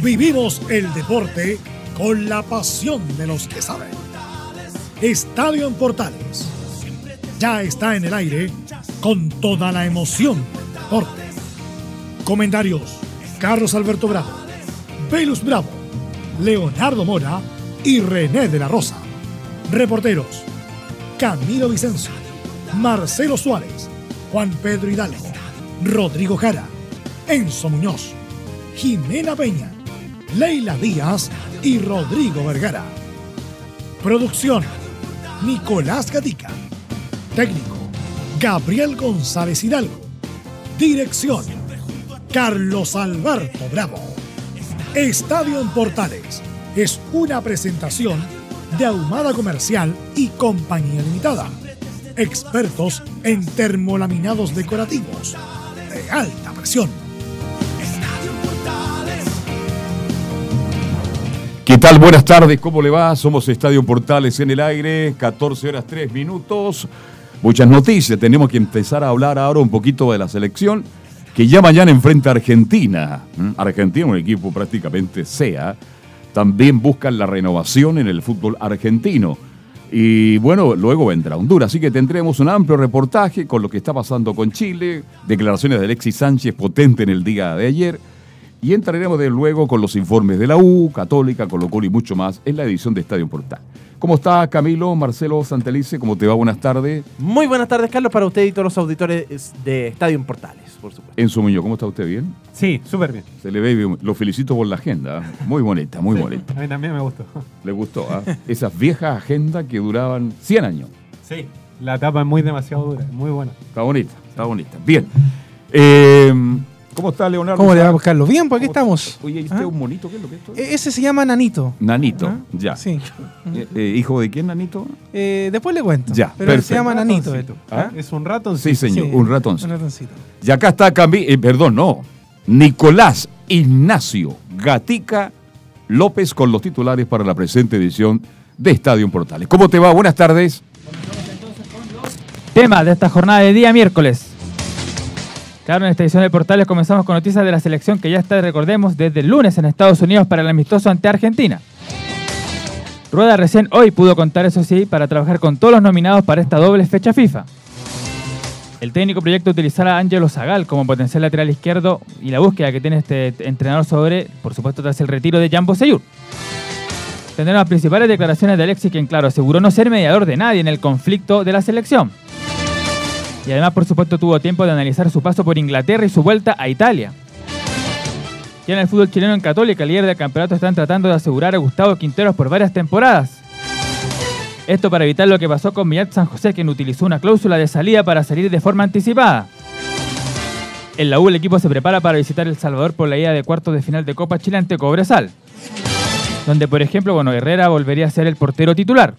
Vivimos el deporte con la pasión de los que saben. Estadio en Portales ya está en el aire con toda la emoción del deporte. Comentarios: Carlos Alberto Bravo, Velus Bravo, Leonardo Mora y René de la Rosa. Reporteros: Camilo Vicencio, Marcelo Suárez, Juan Pedro Hidalgo, Rodrigo Jara, Enzo Muñoz, Jimena Peña, Leila Díaz y Rodrigo Vergara. Producción: Nicolás Gatica. Técnico: Gabriel González Hidalgo. Dirección: Carlos Alberto Bravo. Estadio en Portales es una presentación de Ahumada Comercial y Compañía Limitada. Expertos en termolaminados decorativos de alta presión. ¿Qué tal? Buenas tardes, ¿cómo le va? Somos Estadio Portales en el aire, 14 horas 3 minutos. Muchas noticias, tenemos que empezar a hablar ahora un poquito de la selección que ya mañana enfrenta a Argentina. Argentina, un equipo prácticamente SEA, también buscan la renovación en el fútbol argentino. Y bueno, luego vendrá Honduras, así que tendremos un amplio reportaje con lo que está pasando con Chile, declaraciones de Alexis Sánchez potente en el día de ayer. Y entraremos de luego con los informes de la U, Católica, Colo-Colo y mucho más en la edición de Estadio Portal. ¿Cómo está Camilo, Marcelo, Santelice? ¿Cómo te va? Buenas tardes. Muy buenas tardes, Carlos, para usted y todos los auditores de Estadio Portales, por supuesto. Enzo Muñoz, ¿cómo está usted? ¿Bien? Sí, súper bien. Se le ve bien. Lo felicito por la agenda. Muy bonita, muy sí, bonita. A mí también me gustó. Le gustó, ¿eh? Esas viejas agendas que duraban 100 años. Sí. La tapa es muy demasiado dura, muy buena. Está bonita, está bonita. Bien. ¿Cómo está, Leonardo? ¿Cómo le va, Carlos? Bien, pues aquí estamos. Oye, ¿y usted es un monito? ¿Qué es lo que es esto? Ese se llama Nanito. Nanito, ya. Sí. ¿Hijo de quién, Nanito? Después le cuento. Ya, pero perfecto. Se llama Nanito. ¿Ah? Es un ratoncito. Sí, señor, Sí, un ratoncito. Un ratoncito. Y acá está Nicolás Ignacio Gatica López con los titulares para la presente edición de Estadio Portales. ¿Cómo te va? Buenas tardes. Tema de esta jornada de día miércoles. Claro, en esta edición de Portales comenzamos con noticias de la selección que ya está, recordemos, desde el lunes en Estados Unidos para el amistoso ante Argentina. Rueda recién hoy pudo contar, eso sí, para trabajar con todos los nominados para esta doble fecha FIFA. El técnico proyecta utilizar a Ángelo Zagal como potencial lateral izquierdo y la búsqueda que tiene este entrenador sobre, por supuesto, tras el retiro de Jambo Seyur. Tendrán las principales declaraciones de Alexis, quien, claro, aseguró no ser mediador de nadie en el conflicto de la selección. Y además, por supuesto, tuvo tiempo de analizar su paso por Inglaterra y su vuelta a Italia. Ya en el fútbol chileno, en Católica, el líder del campeonato, están tratando de asegurar a Gustavo Quinteros por varias temporadas. Esto para evitar lo que pasó con Millat San José, quien utilizó una cláusula de salida para salir de forma anticipada. En la U, el equipo se prepara para visitar El Salvador por la ida de cuartos de final de Copa Chile ante Cobresal, donde, por ejemplo, Herrera volvería a ser el portero titular.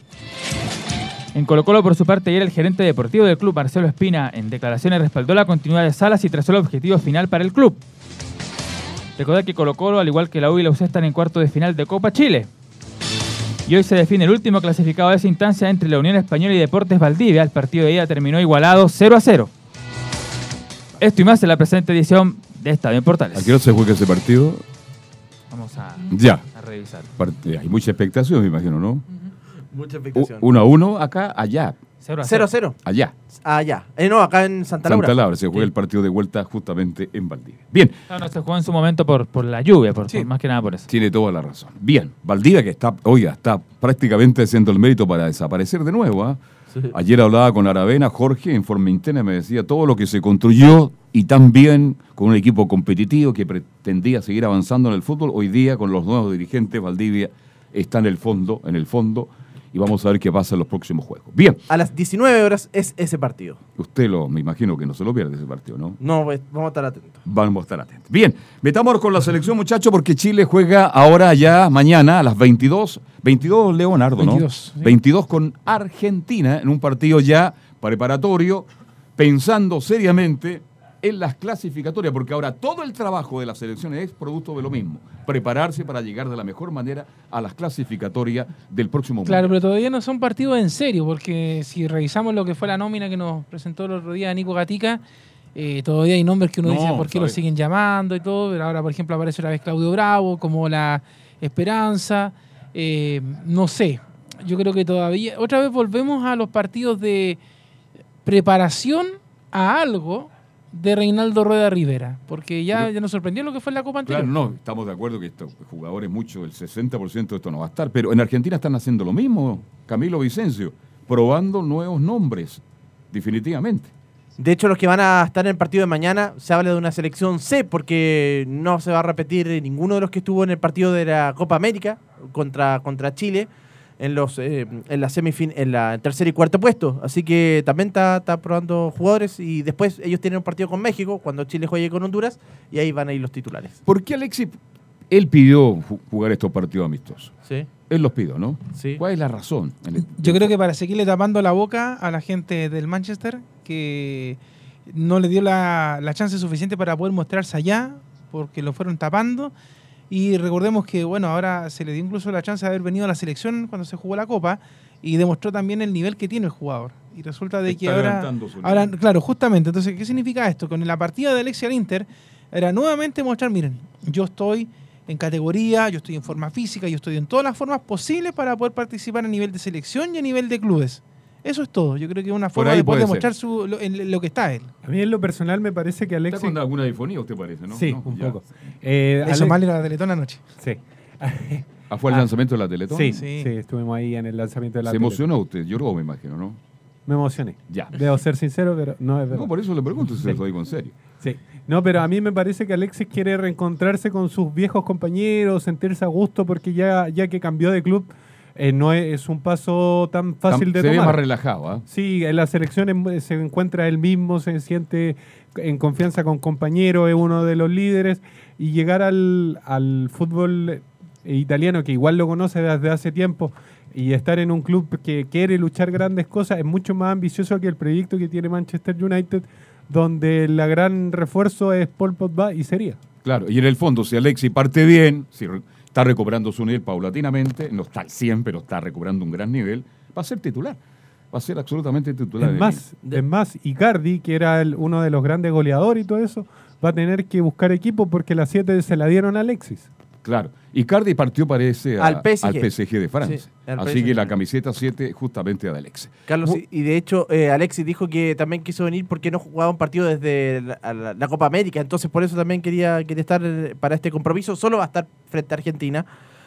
En Colo-Colo, por su parte, ayer el gerente deportivo del club, Marcelo Espina, en declaraciones respaldó la continuidad de Salas y trazó el objetivo final para el club. Recordad que Colo-Colo, al igual que la U y la UC, están en cuartos de final de Copa Chile. Y hoy se define el último clasificado de esa instancia entre la Unión Española y Deportes Valdivia. El partido de ida terminó igualado 0-0. Esto y más en la presente edición de Estadio Portales. ¿A qué hora se juega ese partido? Vamos a revisar. Hay mucha expectación, me imagino, ¿no? Mucha expectación. 1-1 acá, allá. 0-0. Allá. Allá. No, acá en Santa Laura. Santa Laura, se juega el partido de vuelta justamente en Valdivia. Bien. No, se jugó en su momento por la lluvia, por más que nada por eso. Tiene toda la razón. Bien, Valdivia que está prácticamente haciendo el mérito para desaparecer de nuevo. ¿Eh? Sí. Ayer hablaba con Aravena, Jorge, en forma interna me decía todo lo que se construyó y también con un equipo competitivo que pretendía seguir avanzando en el fútbol. Hoy día con los nuevos dirigentes, Valdivia está en el fondo, y vamos a ver qué pasa en los próximos juegos. Bien. A las 19 horas es ese partido. Usted me imagino que no se lo pierde ese partido, ¿no? No, vamos a estar atentos. Vamos a estar atentos. Bien, metamos con la selección, muchachos, porque Chile juega ahora ya mañana a las 22. 22, Leonardo, 22, ¿no? Sí. 22 con Argentina en un partido ya preparatorio, pensando seriamente en las clasificatorias, porque ahora todo el trabajo de las selecciones es producto de lo mismo, prepararse para llegar de la mejor manera a las clasificatorias del próximo Claro, mundial. pero todavía no son partidos en serio, porque si revisamos lo que fue la nómina que nos presentó el otro día Nico Gatica, Todavía hay nombres que uno dice por qué lo ¿sabes? siguen llamando y todo, pero ahora, por ejemplo, aparece otra vez Claudio Bravo como la esperanza. No sé, yo creo que todavía... Otra vez volvemos a los partidos de preparación a algo de Reinaldo Rueda Rivera, porque ya nos sorprendió lo que fue en la Copa anterior. Claro, no, estamos de acuerdo que estos jugadores, mucho, el 60% de esto no va a estar, pero en Argentina están haciendo lo mismo, Camilo Vicencio, probando nuevos nombres, definitivamente. De hecho, los que van a estar en el partido de mañana, se habla de una selección C, porque no se va a repetir ninguno de los que estuvo en el partido de la Copa América contra Chile en el tercer y cuarto puesto. Así que también está probando jugadores, y después ellos tienen un partido con México cuando Chile juegue con Honduras, y ahí van a ir los titulares. ¿Por qué Alexis, él pidió jugar estos partidos amistosos? Sí, Él los pidió, ¿no? sí. ¿Cuál es la razón? Yo creo que para seguirle tapando la boca a la gente del Manchester, que no le dio la chance suficiente para poder mostrarse allá, porque lo fueron tapando. Y recordemos que, bueno, ahora se le dio incluso la chance de haber venido a la selección cuando se jugó la Copa, y demostró también el nivel que tiene el jugador. Y resulta de que Está ahora, levantando su nivel. claro, justamente. Entonces, ¿qué significa esto? Con la partida de Alexis al Inter, era nuevamente mostrar, miren, yo estoy en categoría, yo estoy en forma física, yo estoy en todas las formas posibles para poder participar a nivel de selección y a nivel de clubes. Eso es todo. Yo creo que es una forma ahí de poder puede demostrar lo que está él. A mí en lo personal me parece que ¿Está Alexis... con alguna difonía, usted parece, no? Sí, ¿No? un Ya. poco. Eso mal era la Teletón anoche. Sí. ¿Fue el lanzamiento de la Teletón? Sí, Sí. sí, estuvimos ahí en el lanzamiento de la ¿Se Teletón. emocionó usted? Lloró, me imagino, ¿no? Me emocioné. Ya. Debo ser sincero, pero no es verdad. No, por eso le pregunto si Sí. se lo digo en serio. Sí. No, pero a mí me parece que Alexis quiere reencontrarse con sus viejos compañeros, sentirse a gusto, porque ya que cambió de club, no es un paso tan fácil de Se ve tomar. más relajado, ¿ah? Sí, en la selección se encuentra él mismo, se siente en confianza con compañeros, es uno de los líderes, y llegar al fútbol italiano, que igual lo conoce desde hace tiempo, y estar en un club que quiere luchar grandes cosas, es mucho más ambicioso que el proyecto que tiene Manchester United, donde el gran refuerzo es Paul Pogba, y sería. Claro, y en el fondo, si Alexis parte bien, si está recobrando su nivel paulatinamente, no está al 100, pero está recobrando un gran nivel, va a ser titular. Va a ser absolutamente titular. Es más, Icardi, que era uno de los grandes goleadores y todo eso, va a tener que buscar equipo porque las 7 se la dieron a Alexis. Claro. Icardi partió, parece, Al PSG. al PSG de Francia. Sí, al Así PSG. que la camiseta 7 justamente de Alexis. Carlos, y de hecho Alexis dijo que también quiso venir porque no jugaba un partido desde la Copa América, entonces por eso también quería estar para este compromiso. Solo va a estar frente a Argentina,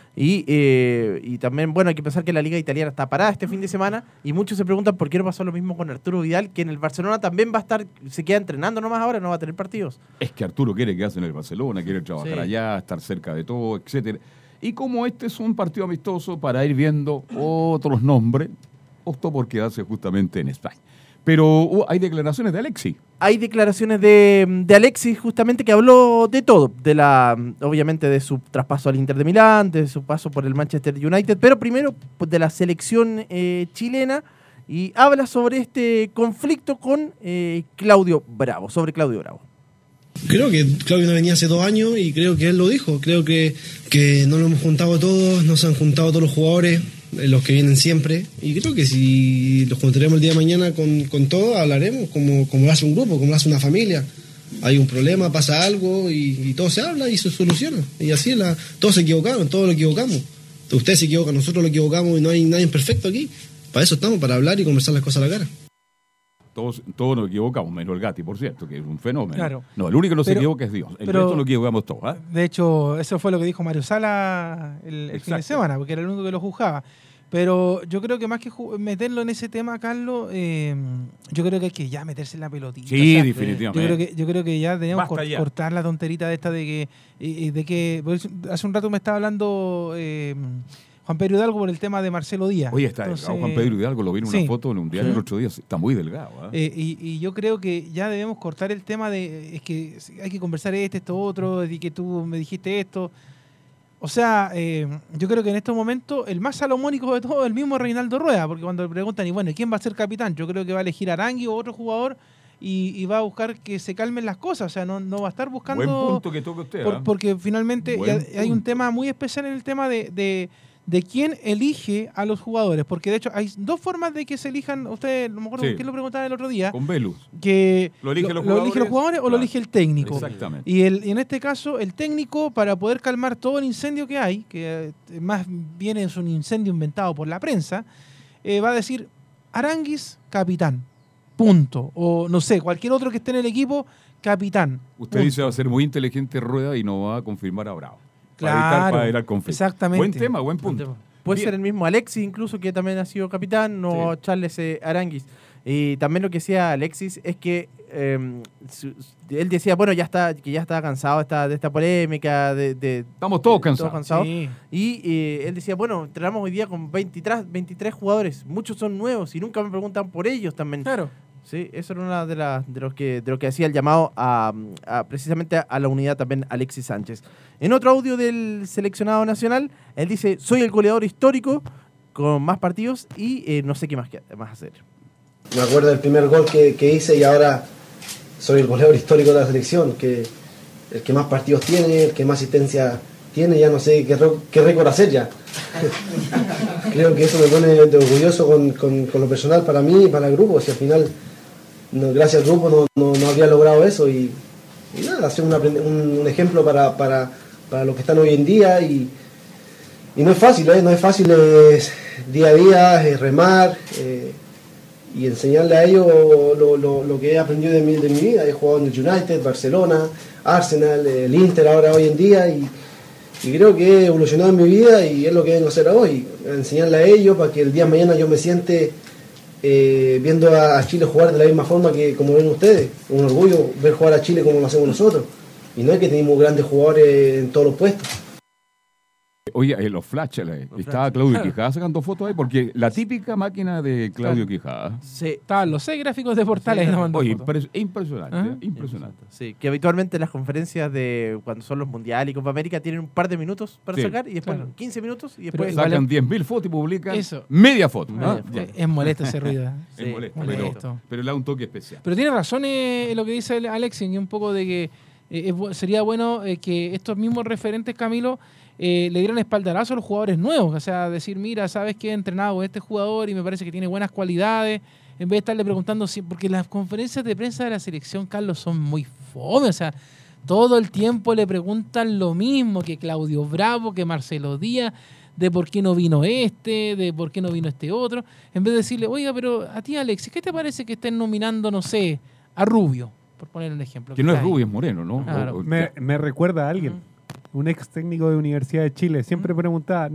y también, bueno, hay que pensar que la Liga Italiana está parada este fin de semana, y muchos se preguntan por qué no pasó lo mismo con Arturo Vidal, que en el Barcelona también va a estar, se queda entrenando nomás ahora, no va a tener partidos. Es que Arturo quiere quedarse en el Barcelona, quiere trabajar Sí. allá, estar cerca de todo, etcétera. Y como este es un partido amistoso para ir viendo otros nombres, optó por quedarse justamente en España. Pero hay declaraciones de Alexis. Hay declaraciones de Alexis justamente que habló de todo, obviamente de su traspaso al Inter de Milán, de su paso por el Manchester United, pero primero pues, de la selección chilena, y habla sobre este conflicto con Claudio Bravo. Creo que Claudio no venía hace 2 años y creo que él lo dijo. Creo que no lo hemos juntado todos, no se han juntado todos los jugadores, los que vienen siempre. Y creo que si los juntaremos el día de mañana con todos, hablaremos como lo hace un grupo, como lo hace una familia. Hay un problema, pasa algo y todo se habla y se soluciona. Y así todos se equivocaron, todos lo equivocamos. Ustedes se equivocan, nosotros lo equivocamos y no hay nadie perfecto aquí. Para eso estamos, para hablar y conversar las cosas a la cara. Todos nos equivocamos, menos el Gatti, por cierto, que es un fenómeno. Claro. No, el único que no se Pero- equivoca es Dios. El pero- resto lo equivocamos todos. ¿Ah? De hecho, eso fue lo que dijo Mario Sala el fin de Exacto. semana, porque era el único que lo juzgaba. Pero yo creo que más que meterlo en ese tema, Carlos, yo creo que hay que ya meterse en la pelotita. Sí, O sea, definitivamente. Yo creo que ya tenemos Basta que ya. cortar la tonterita de esta de que pues, hace un rato me estaba hablando Juan Pedro Hidalgo por el tema de Marcelo Díaz. Oye, está Entonces, delgado Juan Pedro Hidalgo, lo vi en una sí. foto en un diario el otro día, está muy delgado. ¿Ah? Y yo creo que ya debemos cortar el tema de es que hay que conversar esto, otro, y que tú me dijiste esto. O sea, yo creo que en estos momentos el más salomónico de todo es el mismo Reinaldo Rueda, porque cuando le preguntan, y bueno, ¿quién va a ser capitán? Yo creo que va a elegir a Arangui o otro jugador y va a buscar que se calmen las cosas. O sea, no va a estar buscando... Buen punto que toca usted. ¿ah? Porque finalmente Buen ya hay un punto. tema muy especial en el tema de de quién elige a los jugadores, porque de hecho hay dos formas de que se elijan, ustedes, no me acuerdo Sí. quién lo preguntaba el otro día, Con Velus. que ¿Lo eligen los lo eligen los jugadores? jugadores o lo Claro. elige el técnico. Exactamente. Y en este caso, el técnico, para poder calmar todo el incendio que hay, que más bien es un incendio inventado por la prensa, va a decir Aránguiz, capitán, punto. O no sé, cualquier otro que esté en el equipo, capitán. Usted dice va a ser muy inteligente Rueda y no va a confirmar a Bravo. Claro, para ir al conflicto. exactamente. Buen tema, buen punto. Puede Bien. ser el mismo Alexis, incluso, que también ha sido capitán, o Sí. Charles Aránguiz. Y también lo que decía Alexis es que él decía, bueno, ya está cansado de esta polémica, Estamos todos cansados. cansados. Sí. Y él decía, bueno, entrenamos hoy día con 23 jugadores, muchos son nuevos y nunca me preguntan por ellos también. Claro. Sí, eso era una de lo que hacía el llamado precisamente a la unidad también Alexis Sánchez. En otro audio del seleccionado nacional, él dice, soy el goleador histórico con más partidos y no sé qué más hacer. Me acuerdo del primer gol que hice y ahora soy el goleador histórico de la selección, que el que más partidos tiene, el que más asistencia tiene, ya no sé qué récord hacer ya. Creo que eso me pone de orgulloso con lo personal para mí y para el grupo, si al final gracias al grupo no habría logrado eso y nada, hacer un ejemplo para los que están hoy en día y no es fácil, no es fácil, es día a día, es remar y enseñarle a ellos lo que he aprendido de mi vida. He jugado en el United, Barcelona, Arsenal, el Inter ahora hoy en día y creo que he evolucionado en mi vida y es lo que vengo a hacer hoy, enseñarle a ellos para que el día de mañana yo me siente viendo a Chile jugar de la misma forma que como ven ustedes. Un orgullo ver jugar a Chile como lo hacemos nosotros. Y no es que tenemos grandes jugadores en todos los puestos. Oye, los flash, estaba Claudio Quijada sacando fotos ahí, porque la típica máquina de Claudio Quijada. Sí, Estaban los 6 gráficos de portales. Sí, no mandó Oye, fotos. impresionante, Ajá. impresionante. sí, que habitualmente las conferencias de cuando son los mundiales y Copa América tienen un par de minutos para Sí, sacar y después claro. 15 minutos y Pero después... igual Sacan 10.000 fotos y publican Eso. media foto. ¿no? Media Ya. Es molesto ese ruido. Es Sí, molesto, molesto. pero le da un toque especial. Pero tiene razón lo que dice Alexis, y un poco de que sería bueno que estos mismos referentes, Camilo, le dieran espaldarazo a los jugadores nuevos. O sea, decir, mira, sabes que he entrenado a este jugador y me parece que tiene buenas cualidades, en vez de estarle preguntando siempre, porque las conferencias de prensa de la selección, Carlos, son muy fome. O sea, todo el tiempo le preguntan lo mismo, que Claudio Bravo, que Marcelo Díaz, de por qué no vino de por qué no vino este otro, en vez de decirle, oiga, pero a ti, Alexis, ¿qué te parece que estén nominando, no sé, a Rubio? Por poner un ejemplo. Que no es está ahí. Rubio, es Moreno, ¿no? Claro. Me recuerda a alguien, un ex técnico de Universidad de Chile. Siempre preguntaba,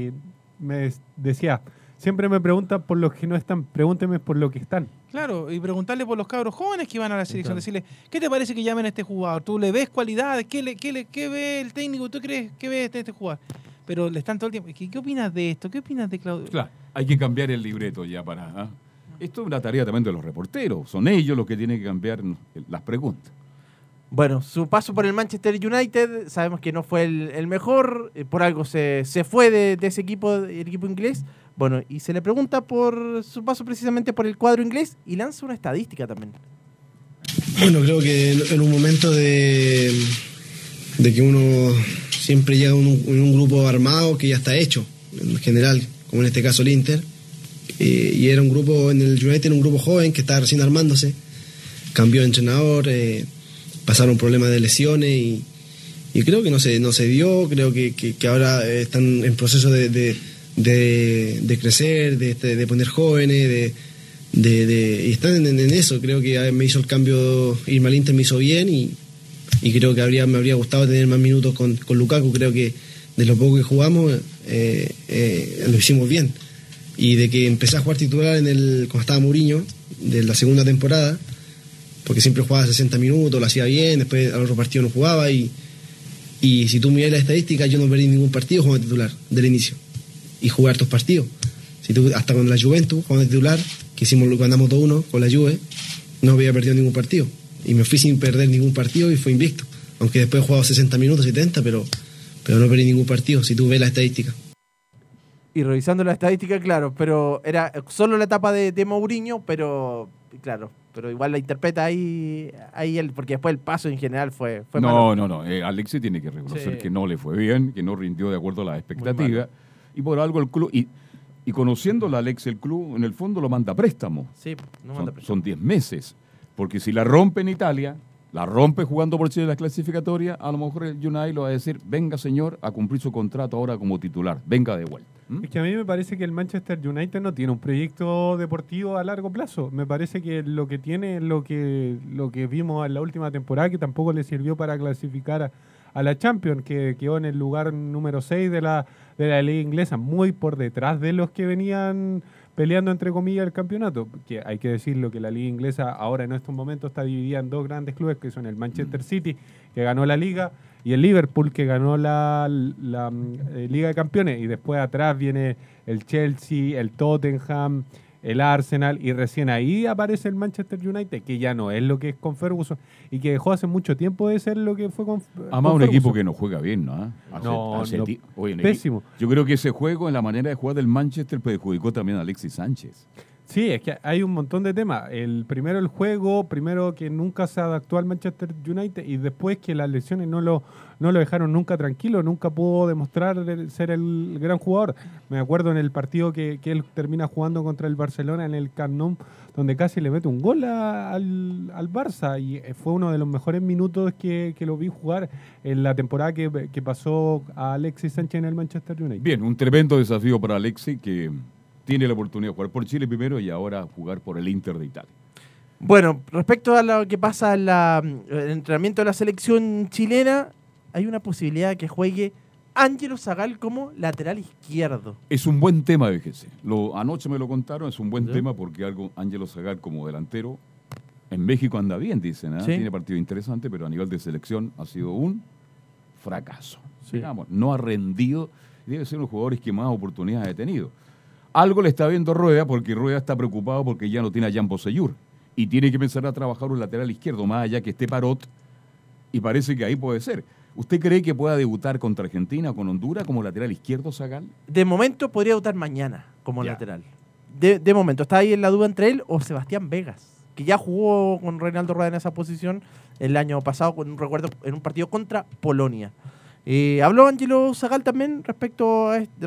me decía, siempre me preguntan por los que no están, pregúnteme por los que están. Claro, y preguntarle por los cabros jóvenes que van a la selección, Claro. decirle, ¿qué te parece que llamen a este jugador? ¿Tú le ves cualidades? ¿Qué ve el técnico? ¿Tú crees que ve este jugador? Pero le están todo el tiempo, ¿qué opinas de esto? ¿Qué opinas de Claudio? Claro, hay que cambiar el libreto ya para... ¿ah? Esto es una tarea también de los reporteros. Son ellos los que tienen que cambiar las preguntas. Bueno, su paso por el Manchester United, sabemos que no fue el mejor, por algo se fue de ese equipo, el equipo inglés. Bueno, y se le pregunta por su paso precisamente por el cuadro inglés y lanza una estadística también. Bueno, creo que en un momento de que uno siempre llega en un grupo armado que ya está hecho, en general, como en este caso el Inter, y era un grupo en el United, un grupo joven que estaba recién armándose, cambió de entrenador, pasaron problemas de lesiones y creo que no se dio, creo que ahora están en proceso de crecer, de poner jóvenes, y están en eso. Creo que me hizo el cambio, irme al Inter me hizo bien y creo que me habría gustado tener más minutos con Lukaku. Creo que de lo poco que jugamos lo hicimos bien, y de que empecé a jugar titular cuando estaba Mourinho, de la segunda temporada, porque siempre jugaba 60 minutos, lo hacía bien, después al otro partido no jugaba y si tú miras las estadísticas, yo no perdí ningún partido jugando titular del inicio y jugué hartos partidos. Si tú, hasta con la Juventus jugando titular, que ganamos 2-1 con la Juve, no había perdido ningún partido y me fui sin perder ningún partido y fue invicto, aunque después he jugado 60 minutos, 70, pero no perdí ningún partido si tú ves las estadísticas. Y revisando la estadística, claro, pero era solo la etapa de Mourinho, pero claro, pero igual la interpreta ahí él, porque después el paso en general fue malo. No. Alexis tiene que reconocer Sí. que no le fue bien, que no rindió de acuerdo a las expectativas. y por algo el club, y conociendo la Alex, el club en el fondo lo manda a préstamo. Sí, no manda préstamo. Son 10 meses, porque si la rompe en Italia, la rompe jugando por Chile en la clasificatoria, a lo mejor el United lo va a decir, venga señor, a cumplir su contrato ahora como titular, venga de vuelta. Es que a mí me parece que el Manchester United no tiene un proyecto deportivo a largo plazo. Me parece que lo que tiene es lo que vimos en la última temporada, que tampoco le sirvió para clasificar a la Champions, que quedó en el lugar número 6 de la liga inglesa, muy por detrás de los que venían peleando, entre comillas, el campeonato. Que hay que decirlo que la liga inglesa ahora en estos momentos está dividida en dos grandes clubes, que son el Manchester City, que ganó la liga, y el Liverpool, que ganó la Liga de Campeones, y después atrás viene el Chelsea, el Tottenham, el Arsenal, y recién ahí aparece el Manchester United, que ya no es lo que es con Ferguson, y que dejó hace mucho tiempo de ser lo que fue con Además, un Ferguson. equipo que no juega bien, ¿no? Pésimo. Yo creo que ese juego, en la manera de jugar del Manchester, perjudicó también a Alexis Sánchez. Sí, es que hay un montón de temas. El juego, primero que nunca se adaptó al Manchester United, y después que las lesiones no lo dejaron nunca tranquilo, nunca pudo demostrar ser el gran jugador. Me acuerdo en el partido que él termina jugando contra el Barcelona en el Camp Nou, donde casi le mete un gol al Barça, y fue uno de los mejores minutos que lo vi jugar en la temporada que pasó a Alexis Sánchez en el Manchester United. Bien, un tremendo desafío para Alexis, que tiene la oportunidad de jugar por Chile primero y ahora jugar por el Inter de Italia. Bueno, respecto a lo que pasa en el entrenamiento de la selección chilena, hay una posibilidad de que juegue Ángelo Zagal como lateral izquierdo. Es un buen tema, fíjese. Anoche me lo contaron, es un buen tema porque Ángelo Zagal como delantero en México anda bien, dicen, ¿eh? Sí. Tiene partido interesante, pero a nivel de selección ha sido un fracaso. Sí. Digamos, no ha rendido, debe ser uno de los jugadores que más oportunidades ha tenido. Algo le está viendo Rueda, porque Rueda está preocupado porque ya no tiene a Jan Bosellur y tiene que empezar a trabajar un lateral izquierdo, más allá que esté Parot, y parece que ahí puede ser. ¿Usted cree que pueda debutar contra Argentina o con Honduras como lateral izquierdo, Zagal? De momento podría debutar mañana como Ya. lateral. De momento, está ahí en la duda entre él o Sebastián Vegas, que ya jugó con Reinaldo Rueda en esa posición el año pasado, en un partido contra Polonia. Habló Ángelo Zagal también respecto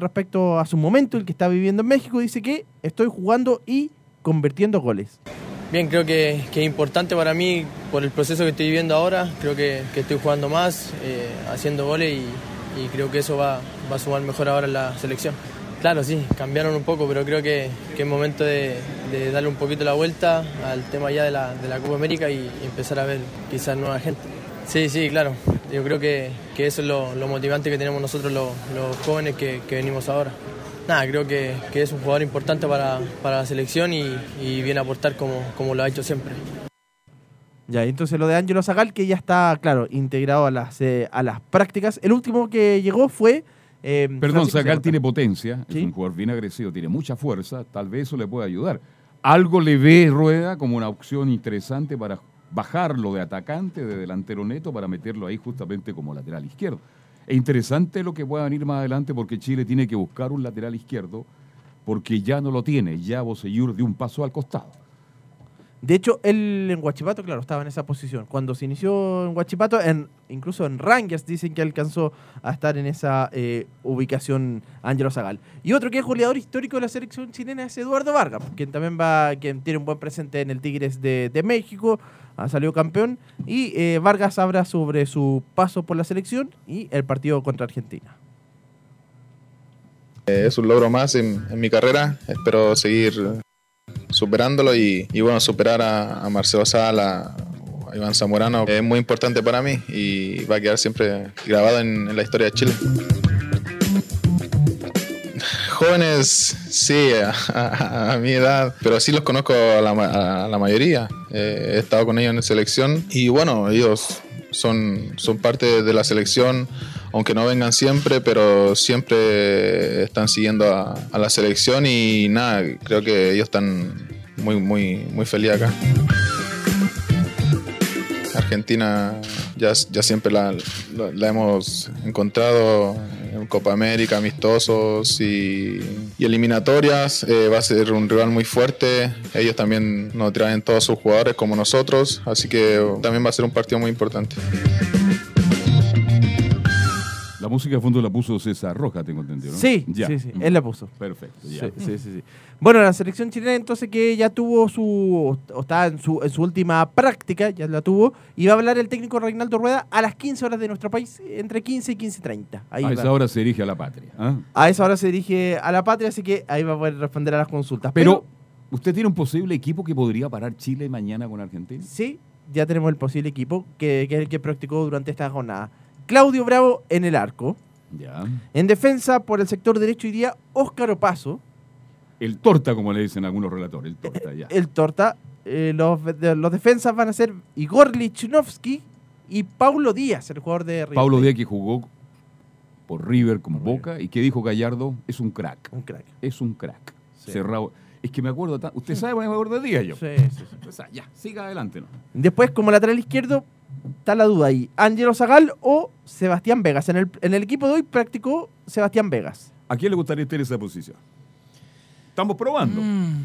a su momento, el que está viviendo en México. Dice que estoy jugando y convirtiendo goles. Bien, creo que es importante para mí por el proceso que estoy viviendo ahora. Creo que estoy jugando más, haciendo goles y creo que eso va a sumar mejor ahora en la selección. Claro, sí, cambiaron un poco, pero creo que es momento de darle un poquito la vuelta al tema ya de la Copa América y empezar a ver quizás nueva gente. Sí, claro. Yo creo que eso es lo motivante que tenemos nosotros los jóvenes que venimos ahora. Nada, creo que es un jugador importante para la selección y viene a aportar como lo ha hecho siempre. Ya, entonces lo de Ángelo Zagal, que ya está, claro, integrado a las prácticas. El último que llegó fue... Perdón, Zagal tiene potencia, ¿Sí? es un jugador bien agresivo, tiene mucha fuerza, tal vez eso le pueda ayudar. Algo le ve Rueda como una opción interesante para bajarlo de atacante, de delantero neto, para meterlo ahí justamente como lateral izquierdo. Es interesante lo que pueda venir más adelante, porque Chile tiene que buscar un lateral izquierdo, porque ya no lo tiene, ya Bosellur dio un paso al costado. De hecho, él en Huachipato, claro, estaba en esa posición. Cuando se inició en Huachipato, incluso en Rangers dicen que alcanzó a estar en esa ubicación Ángelo Zagal. Y otro que es goleador histórico de la selección chilena es Eduardo Vargas, quien también quien tiene un buen presente en el Tigres de México, ha salido campeón. Y Vargas habla sobre su paso por la selección y el partido contra Argentina. Es un logro más en mi carrera, espero seguir superándolo y bueno, superar a Marcelo Sala, a Iván Zamorano es muy importante para mí y va a quedar siempre grabado en la historia de Chile. Jóvenes, sí, a mi edad, pero sí los conozco a la mayoría. He estado con ellos en la selección y bueno, ellos son parte de la selección, aunque no vengan siempre, pero siempre están siguiendo a la selección y nada, creo que ellos están muy felices acá. Argentina ya siempre la hemos encontrado en Copa América, amistosos y eliminatorias. Va a ser un rival muy fuerte. Ellos también nos traen todos sus jugadores como nosotros, así que también va a ser un partido muy importante. La música de fondo la puso César Roja, tengo entendido, ¿no? Sí, Ya. sí, él la puso. Perfecto, ya. Sí. Bueno, la selección chilena entonces que ya tuvo o está en su última práctica, ya la tuvo, y va a hablar el técnico Reinaldo Rueda a las 15 horas de nuestro país, entre 15 y 15:30. A esa hora se dirige a la patria. ¿Ah? A esa hora se dirige a la patria, así que ahí va a poder responder a las consultas. Pero, ¿usted tiene un posible equipo que podría parar Chile mañana con Argentina? Sí, ya tenemos el posible equipo que es el que practicó durante esta jornada. Claudio Bravo en el arco. Ya. En defensa, por el sector derecho iría Óscar Opaso. El torta, como le dicen algunos relatores, el torta, ya. El torta. Los defensas van a ser Igor Lichnowsky y Paulo Díaz, el jugador de River. Paulo Díaz, que jugó por River con Boca, y que dijo Gallardo, es un crack. Un crack. Es un crack. Sí. Cerrado. Es que me acuerdo, usted sabe, me acuerdo de Díaz yo. Sí. Pues, ya, siga adelante, ¿no? Después, como lateral izquierdo, está la duda ahí. Ángelo Zagal o Sebastián Vegas. En el equipo de hoy practicó Sebastián Vegas. ¿A quién le gustaría tener esa posición? Estamos probando.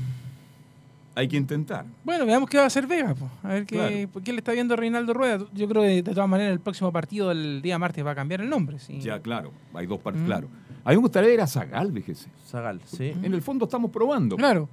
Hay que intentar. Bueno, veamos qué va a hacer Vega. Po. A ver Claro. qué le está viendo Reinaldo Rueda. Yo creo que de todas maneras el próximo partido el día martes va a cambiar el nombre. ¿Sí? Ya, claro. Hay dos partes, claro. A mí me gustaría ver a Zagal, fíjese. Zagal, sí. En el fondo estamos probando. Claro.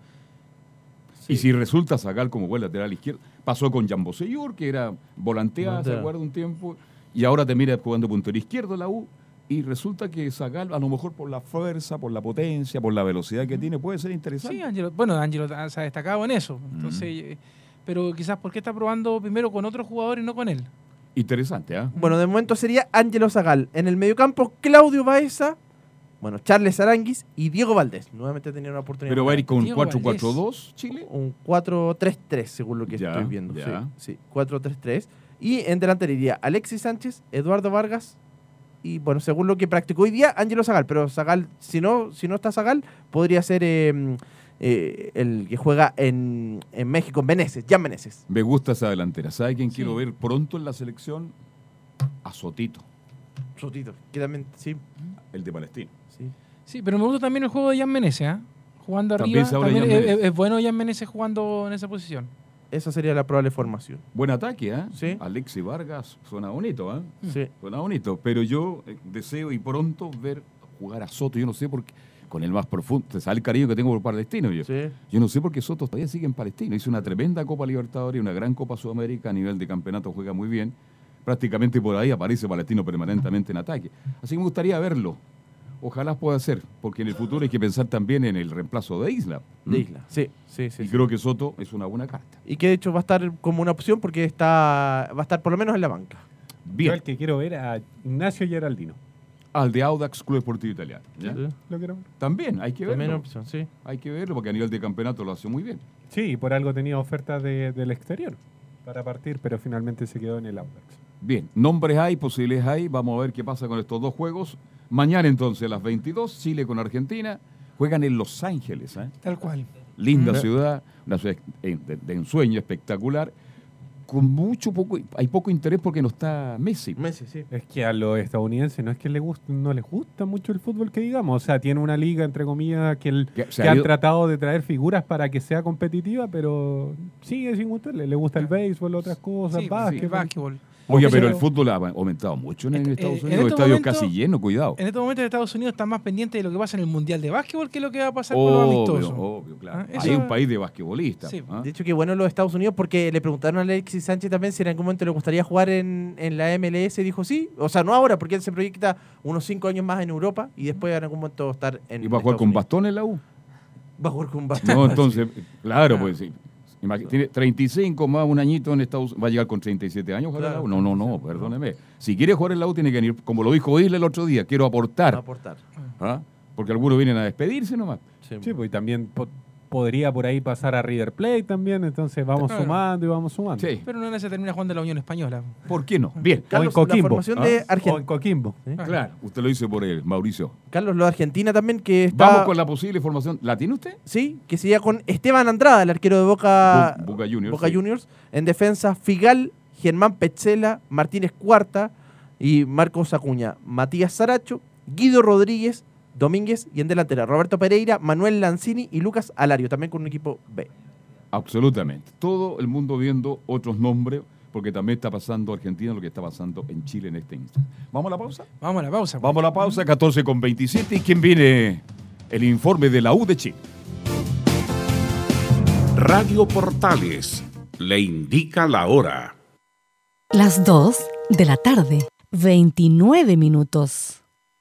Y si resulta Zagal como buen lateral izquierdo, pasó con Jambo Seyur, que era volanteada, se acuerda un tiempo, y ahora te mira jugando puntero izquierdo la U, y resulta que Zagal, a lo mejor por la fuerza, por la potencia, por la velocidad que tiene, puede ser interesante. Sí, Ángelo se ha destacado en eso. Entonces, pero quizás porque está probando primero con otro jugador y no con él. Interesante, ¿ah? Bueno, de momento sería Ángelo Zagal. En el mediocampo, Claudio Baeza, Charles Aranguis y Diego Valdés. Nuevamente tenía una oportunidad. Pero va a ir con Diego 4-4-2, Chile. Un 4-3-3, según lo que Ya, estoy viendo. ya. Sí, 4-3-3. Y en delantera iría Alexis Sánchez, Eduardo Vargas y, según lo que practicó hoy día, Ángelo Zagal. Pero Zagal, si no está Zagal, podría ser el que juega en México, en Meneses, Jan Meneses. Me gusta esa delantera. ¿Sabe quién quiero ver pronto en la selección? A Sotito, Sotito, que también, sí. el de Palestino. Sí, pero me gusta también el juego de Jan Meneses, ¿eh? Jugando También arriba. se habla de También Jan Meneses. es bueno Jan Meneses jugando en esa posición. Esa sería la probable formación. Buen ataque, ¿eh? Sí. Alexis Vargas, suena bonito, ¿eh? Sí. Suena bonito, pero yo deseo y pronto ver jugar a Soto. Yo no sé por qué, con el más profundo, te sabe el cariño que tengo por Palestino. Yo no sé por qué Soto todavía sigue en Palestino. Hizo una tremenda Copa Libertadores y una gran Copa Sudamérica a nivel de campeonato, juega muy bien. Prácticamente por ahí aparece Palestino permanentemente en ataque. Así que me gustaría verlo. Ojalá pueda ser, porque en el futuro hay que pensar también en el reemplazo de Isla. De Isla, sí. Y creo que Soto es una buena carta. Y que de hecho va a estar como una opción porque va a estar por lo menos en la banca. Bien. Yo el que quiero ver a Ignacio Geraldino. Al de Audax Club Deportivo Italiano. ¿ya? Sí. Lo quiero ver. También hay que También verlo. opción, sí. Hay que verlo porque a nivel de campeonato lo hace muy bien. Sí, y por algo tenía ofertas del exterior para partir, pero finalmente se quedó en el Audax. Bien, nombres hay, posibilidades hay. Vamos a ver qué pasa con estos dos juegos. Mañana entonces a las 22, Chile con Argentina. Juegan en Los Ángeles. Tal cual. Linda ciudad, una ciudad de ensueño espectacular. Con hay poco interés porque no está Messi. Sí. Es que a los estadounidenses no es que no les gusta mucho el fútbol que digamos. O sea, tiene una liga, entre comillas, que han tratado de traer figuras para que sea competitiva, pero sigue sin gustarle. Le gusta el béisbol, otras cosas, Sí, básquetbol. Oye, pero el fútbol ha aumentado mucho en Estados Unidos. Los estadios casi llenos, cuidado. En este momento Estados Unidos está más pendiente de lo que pasa en el Mundial de Básquetbol que lo que va a pasar con los amistosos. Obvio, claro. Ah, Hay un país de basquetbolistas. Sí. De hecho, que bueno los Estados Unidos porque le preguntaron a Alexis Sánchez también si en algún momento le gustaría jugar en la MLS. Dijo sí. O sea, no ahora, porque él se proyecta unos 5 años más en Europa y después en algún momento estar en ¿Y va a jugar con bastón en la U? Va a jugar con bastón. No, entonces, claro, pues sí. Tiene 35 más un añito en Estados Unidos. Va a llegar con 37 años a jugar en la U. No, perdóneme. Si quiere jugar en la U tiene que venir, como lo dijo Isla el otro día, quiero aportar. ¿Ah? Porque algunos vienen a despedirse nomás. Sí, pues y también podría por ahí pasar a River Plate también, entonces vamos sumando y vamos sumando. Sí. Pero no se termina jugando en la Unión Española. ¿Por qué no? Bien. Carlos, o en Coquimbo. la formación de Argentina. O en Coquimbo. Claro, usted lo dice por él, Mauricio. Carlos, lo de Argentina también que está... Vamos con la posible formación. ¿La tiene usted? Sí, que sería con Esteban Andrada, el arquero de Boca Juniors. En defensa, Figal, Germán Petzela, Martínez Cuarta y Marcos Acuña. Matías Saracho, Guido Rodríguez, Domínguez y en delantera Roberto Pereira, Manuel Lanzini y Lucas Alario, también con un equipo B. Absolutamente. Todo el mundo viendo otros nombres, porque también está pasando Argentina lo que está pasando en Chile en este instante. ¿Vamos a la pausa? Vamos a la pausa. Vamos a la pausa, 14:27. ¿Y quién viene? El informe de la U de Chile. Radio Portales le indica la hora. Las 2 de la tarde, 29 minutos.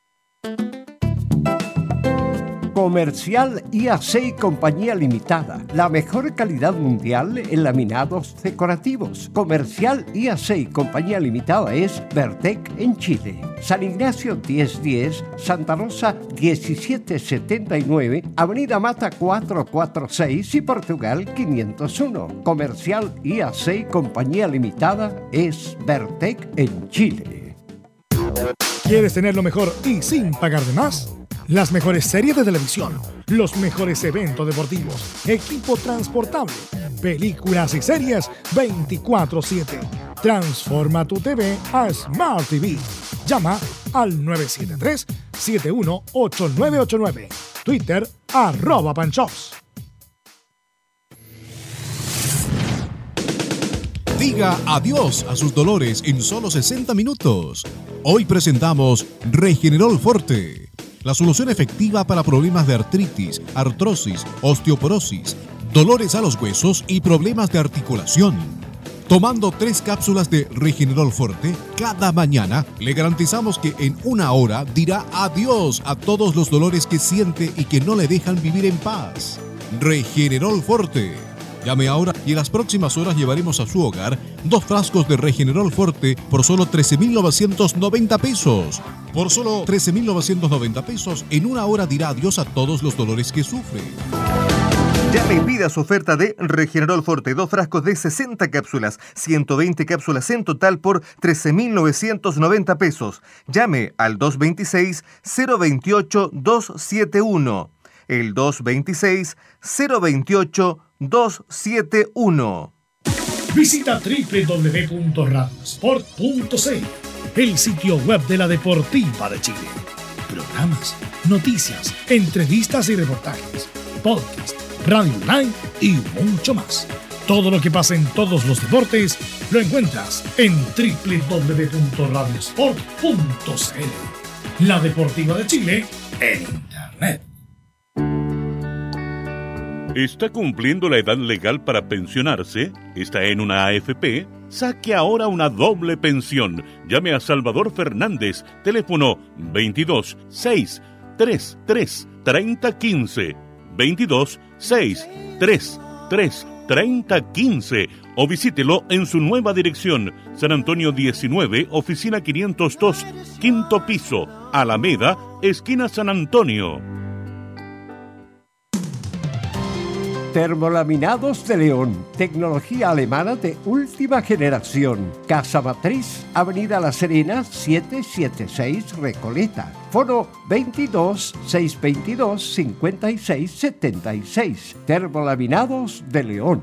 Comercial IAC y Compañía Limitada. La mejor calidad mundial en laminados decorativos. Comercial IAC y Compañía Limitada es Vertec en Chile. San Ignacio 1010, Santa Rosa 1779, Avenida Mata 446 y Portugal 501. Comercial IAC y Compañía Limitada es Vertec en Chile. ¿Quieres tener lo mejor y sin pagar de más? Las mejores series de televisión, los mejores eventos deportivos, equipo transportable, películas y series 24/7. Transforma tu TV a Smart TV. Llama al 973-718989. Twitter @Panchops. Diga adiós a sus dolores en solo 60 minutos. Hoy presentamos Regenerol Forte, la solución efectiva para problemas de artritis, artrosis, osteoporosis, dolores a los huesos y problemas de articulación. Tomando 3 cápsulas de Regenerol Forte cada mañana, le garantizamos que en 1 hora dirá adiós a todos los dolores que siente y que no le dejan vivir en paz. Regenerol Forte. Llame ahora y en las próximas horas llevaremos a su hogar 2 frascos de Regenerol Forte por solo 13.990 pesos. Por solo 13.990 pesos, en 1 hora dirá adiós a todos los dolores que sufre. Llame y pida su oferta de Regenerol Forte, 2 frascos de 60 cápsulas, 120 cápsulas en total por 13.990 pesos. Llame al 226-028-271. El 226-028-271. Visita www.radiosport.cl, el sitio web de la Deportiva de Chile. Programas, noticias, entrevistas y reportajes, podcast, radio online y mucho más. Todo lo que pasa en todos los deportes lo encuentras en www.radiosport.cl. La Deportiva de Chile en Internet. ¿Está cumpliendo la edad legal para pensionarse? ¿Está en una AFP? Saque ahora una doble pensión. Llame a Salvador Fernández, teléfono 22 633 3015, 22 633 3015, o visítelo en su nueva dirección, San Antonio 19, oficina 502, quinto piso, Alameda, esquina San Antonio. Termolaminados de León, tecnología alemana de última generación. Casa Matriz, Avenida La Serena, 776 Recoleta. Foro 22 622 5676. Termolaminados de León.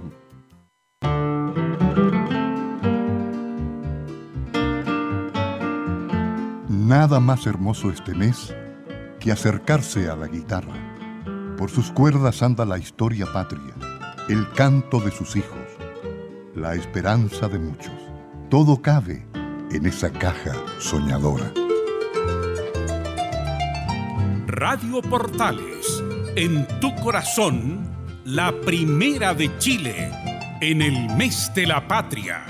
Nada más hermoso este mes que acercarse a la guitarra. Por sus cuerdas anda la historia patria, el canto de sus hijos, la esperanza de muchos. Todo cabe en esa caja soñadora. Radio Portales, en tu corazón, la primera de Chile, en el mes de la patria.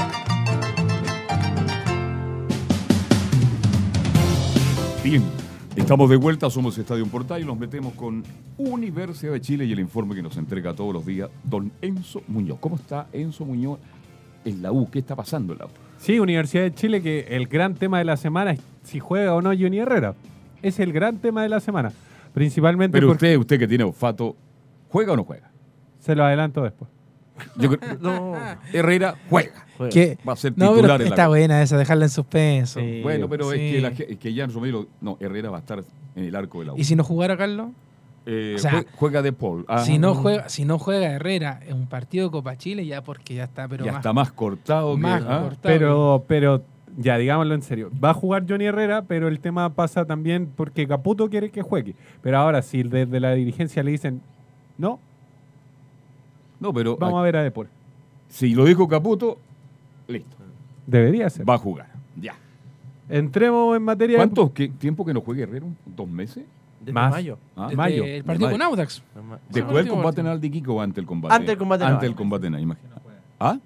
Bien, estamos de vuelta, somos Estadio Portal y nos metemos con Universidad de Chile y el informe que nos entrega todos los días don Enzo Muñoz. ¿Cómo está Enzo Muñoz en la U? ¿Qué está pasando en la U? Sí, Universidad de Chile, que el gran tema de la semana es si juega o no Johnny Herrera. Es el gran tema de la semana. Principalmente. Pero usted que tiene olfato, ¿juega o no juega? Se lo adelanto después. Yo creo, no, Herrera juega. ¿Qué? Va a ser No, titular pero en está la... buena esa, dejarla en suspenso. Sí. Bueno, pero Sí. es que ya en su medio, no, Herrera va a estar en el arco de la U. ¿Y si no jugara Carlos? O sea, juega de Paul. Si no juega Herrera en un partido de Copa Chile, ya porque ya está, pero ya más, está más cortado más que... cortado. Pero ya, digámoslo en serio. Va a jugar Johnny Herrera, pero el tema pasa también porque Caputo quiere que juegue. Pero ahora, si desde la dirigencia le dicen no, pero vamos a ver a Depor. Si lo dijo Caputo, Listo. Debería ser. Va a jugar. Ya. Entremos en materia. ¿Qué tiempo que no juegue Herrera? ¿2 meses? Desde Más. mayo. Ah, Mayo. El partido con Audax. ¿Después del combate naval de Iquique o antes del combate? Antes del combate naval. Antes del combate naval, imagina. ¿Ah?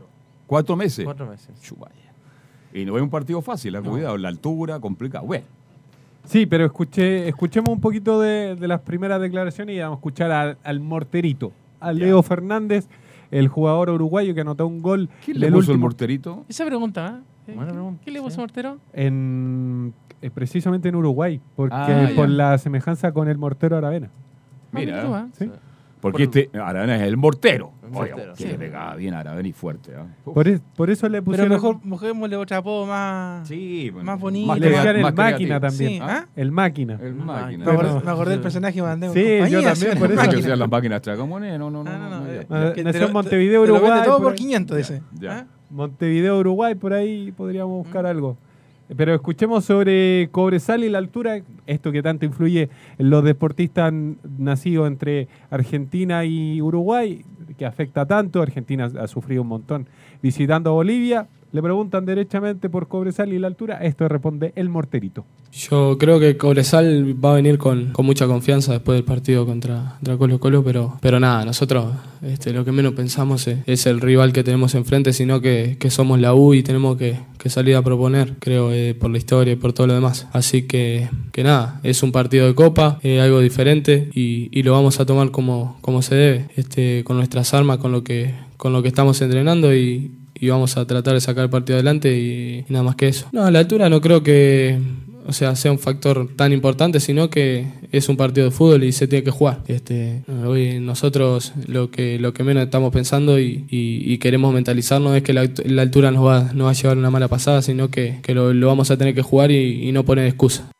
4 meses. 4 meses. Chubaya. Y no es un partido fácil, cuidado, la altura, complicado. Bueno. Sí, pero escuchemos un poquito de las primeras declaraciones y vamos a escuchar al Morterito, a Leo Fernández, el jugador uruguayo que anotó un gol. ¿Quién le puso el Morterito? Esa pregunta, ¿eh? Buena pregunta. ¿Quién le puso Mortero? Precisamente en Uruguay, porque por la semejanza con el mortero Aravena. Mira, ¿sí? Porque Aravena es el mortero. Oye, que le pegaba bien a Aravena y fuerte. Por eso le pusieron... Pero mejor busquémosle otro apodo más, más bonito. Le decían el más máquina creativo. también. Sí, ¿ah? El máquina. El máquina. Me acordé del personaje que mandé. Sí, yo también, por eso. Que sean las máquinas Tragamones, no. Nació en Montevideo, Uruguay. Uruguay. Todo por 500, dice. Ya. Montevideo, Uruguay, por ahí podríamos buscar algo. Pero escuchemos sobre Cobresal y la altura, esto que tanto influye en los deportistas nacidos entre Argentina y Uruguay, que afecta tanto. Argentina ha sufrido un montón visitando a Bolivia. Le preguntan derechamente por Cobresal y la altura. Esto responde el Morterito. Yo creo que Cobresal va a venir con mucha confianza después del partido contra Colo-Colo, pero nada, nosotros lo que menos pensamos es el rival que tenemos enfrente, sino que somos la U y tenemos que salir a proponer, creo, por la historia y por todo lo demás. Así que nada, es un partido de Copa, algo diferente y lo vamos a tomar como se debe, con nuestras armas, con lo que estamos entrenando y vamos a tratar de sacar el partido adelante y nada más que eso. No, la altura no creo que sea un factor tan importante, sino que es un partido de fútbol y se tiene que jugar. Hoy nosotros lo que menos estamos pensando y queremos mentalizarnos es que la altura nos va a llevar una mala pasada, sino que lo vamos a tener que jugar y no poner excusa.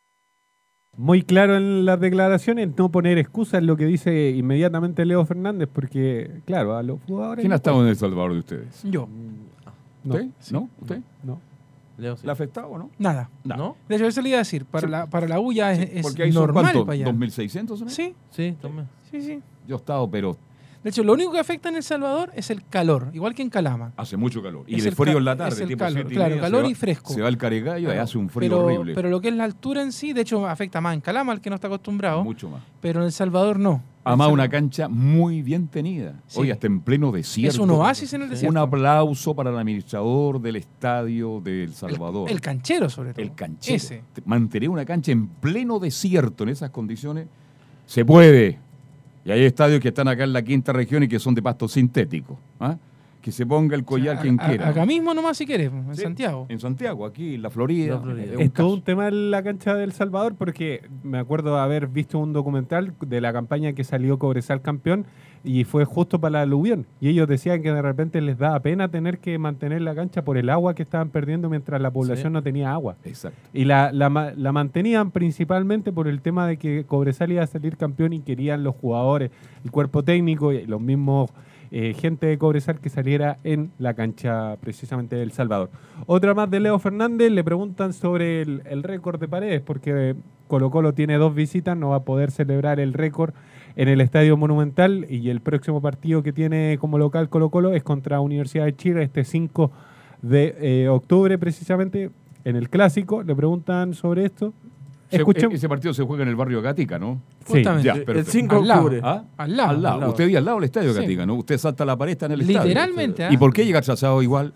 Muy claro en las declaraciones, no poner excusas es lo que dice inmediatamente Leo Fernández, porque, claro, a los jugadores... ¿Quién ha estado en El Salvador de ustedes? Yo. ¿Usted? Sí. ¿No? ¿Usted? No. Leo, sí. ¿Le ha afectado o no? Nada. ¿No? De hecho, eso le iba a decir. Para la U ya es porque ahí son normal ¿cuánto? para allá. ¿2.600? ¿no? Sí. Sí, también. Sí. Yo he estado, pero De hecho, lo único que afecta en El Salvador es el calor, igual que en Calama. hace mucho calor. Y Es el frío en la es tarde, el tipo calor, 7 y claro, media, calor se va- y fresco. Se va el Carigallo y hace un frío pero, horrible. Pero lo que es la altura en sí, de hecho, afecta más en Calama, al que no está acostumbrado. Mucho más. Pero en El Salvador no. Además, una cancha muy bien tenida. Sí. Oye, hasta en pleno desierto. Es un oasis en el desierto. Un aplauso para el administrador del estadio de El Salvador. El canchero, sobre todo. El canchero. Ese. Mantener una cancha en pleno desierto en esas condiciones se puede. Y hay estadios que están acá en la quinta región y que son de pasto sintético. ¿Ah? Que se ponga el collar quien quiera. Acá mismo nomás si quieres, en Santiago. En Santiago, aquí, en la Florida. Es todo un tema en la cancha de El Salvador, porque me acuerdo de haber visto un documental de la campaña que salió Cobresal campeón y fue justo para la aluvión. Y ellos decían que de repente les daba pena tener que mantener la cancha por el agua que estaban perdiendo mientras la población no tenía agua. Exacto. Y la mantenían principalmente por el tema de que Cobresal iba a salir campeón y querían los jugadores, el cuerpo técnico y los mismos gente de Cobresal que saliera en la cancha precisamente de El Salvador. Otra más de Leo Fernández, le preguntan sobre el récord de Paredes, porque Colo-Colo tiene 2 visitas, no va a poder celebrar el récord en el Estadio Monumental y el próximo partido que tiene como local Colo-Colo es contra Universidad de Chile este 5 de octubre precisamente en el Clásico. Le preguntan sobre esto. Ese partido se juega en el barrio Gatica, ¿no? Sí. Justamente. Ya, El perfecto. 5 de octubre. ¿Ah? Al lado. Usted vive al lado del estadio Sí. Gatica, ¿no? Usted salta la pared, está en el Literalmente, estadio. ¿ah? ¿Y por qué llega atrasado igual?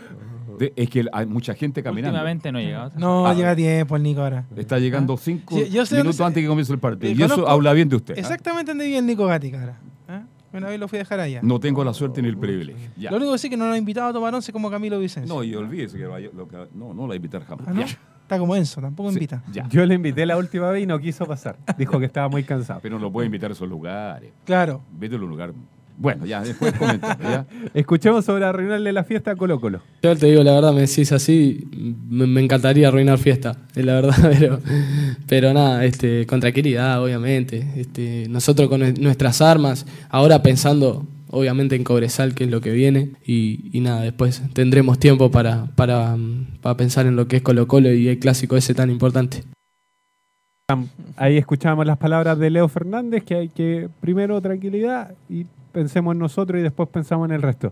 Es que hay mucha gente caminando. Últimamente no llegaba. No llega a tiempo el Nico ahora. Está llegando 5 Sí, yo sé dónde minutos se- antes que comience el partido. Y conozco eso habla bien de usted. ¿ah? Exactamente donde vive el Nico Gatica ahora. ¿Ah? Una vez lo fui a dejar allá. No tengo la suerte ni el privilegio. Ya. Lo único que sí que no lo ha invitado a tomar once como Camilo Vicencio. No, y olvídese que no lo va a invitar jamás. ¿Ah, no? Ya. Está como Enzo, tampoco Sí, invita. ya. Yo le invité la última vez y no quiso pasar. Dijo que estaba muy cansado. Pero no puede invitar a esos lugares. Claro. Vete a los lugares. Bueno, ya, después comenta. ¿Ya? Escuchemos sobre arruinarle la fiesta a Colo-Colo. Yo te digo, la verdad, me decís así, me encantaría arruinar fiesta, la verdad, pero nada, con tranquilidad, obviamente. Nosotros con nuestras armas, ahora pensando, obviamente, en Cobresal, que es lo que viene, y nada, después tendremos tiempo para pensar en lo que es Colo-Colo y el clásico ese tan importante. Ahí escuchábamos las palabras de Leo Fernández, que hay que primero tranquilidad y pensemos en nosotros y después pensamos en el resto.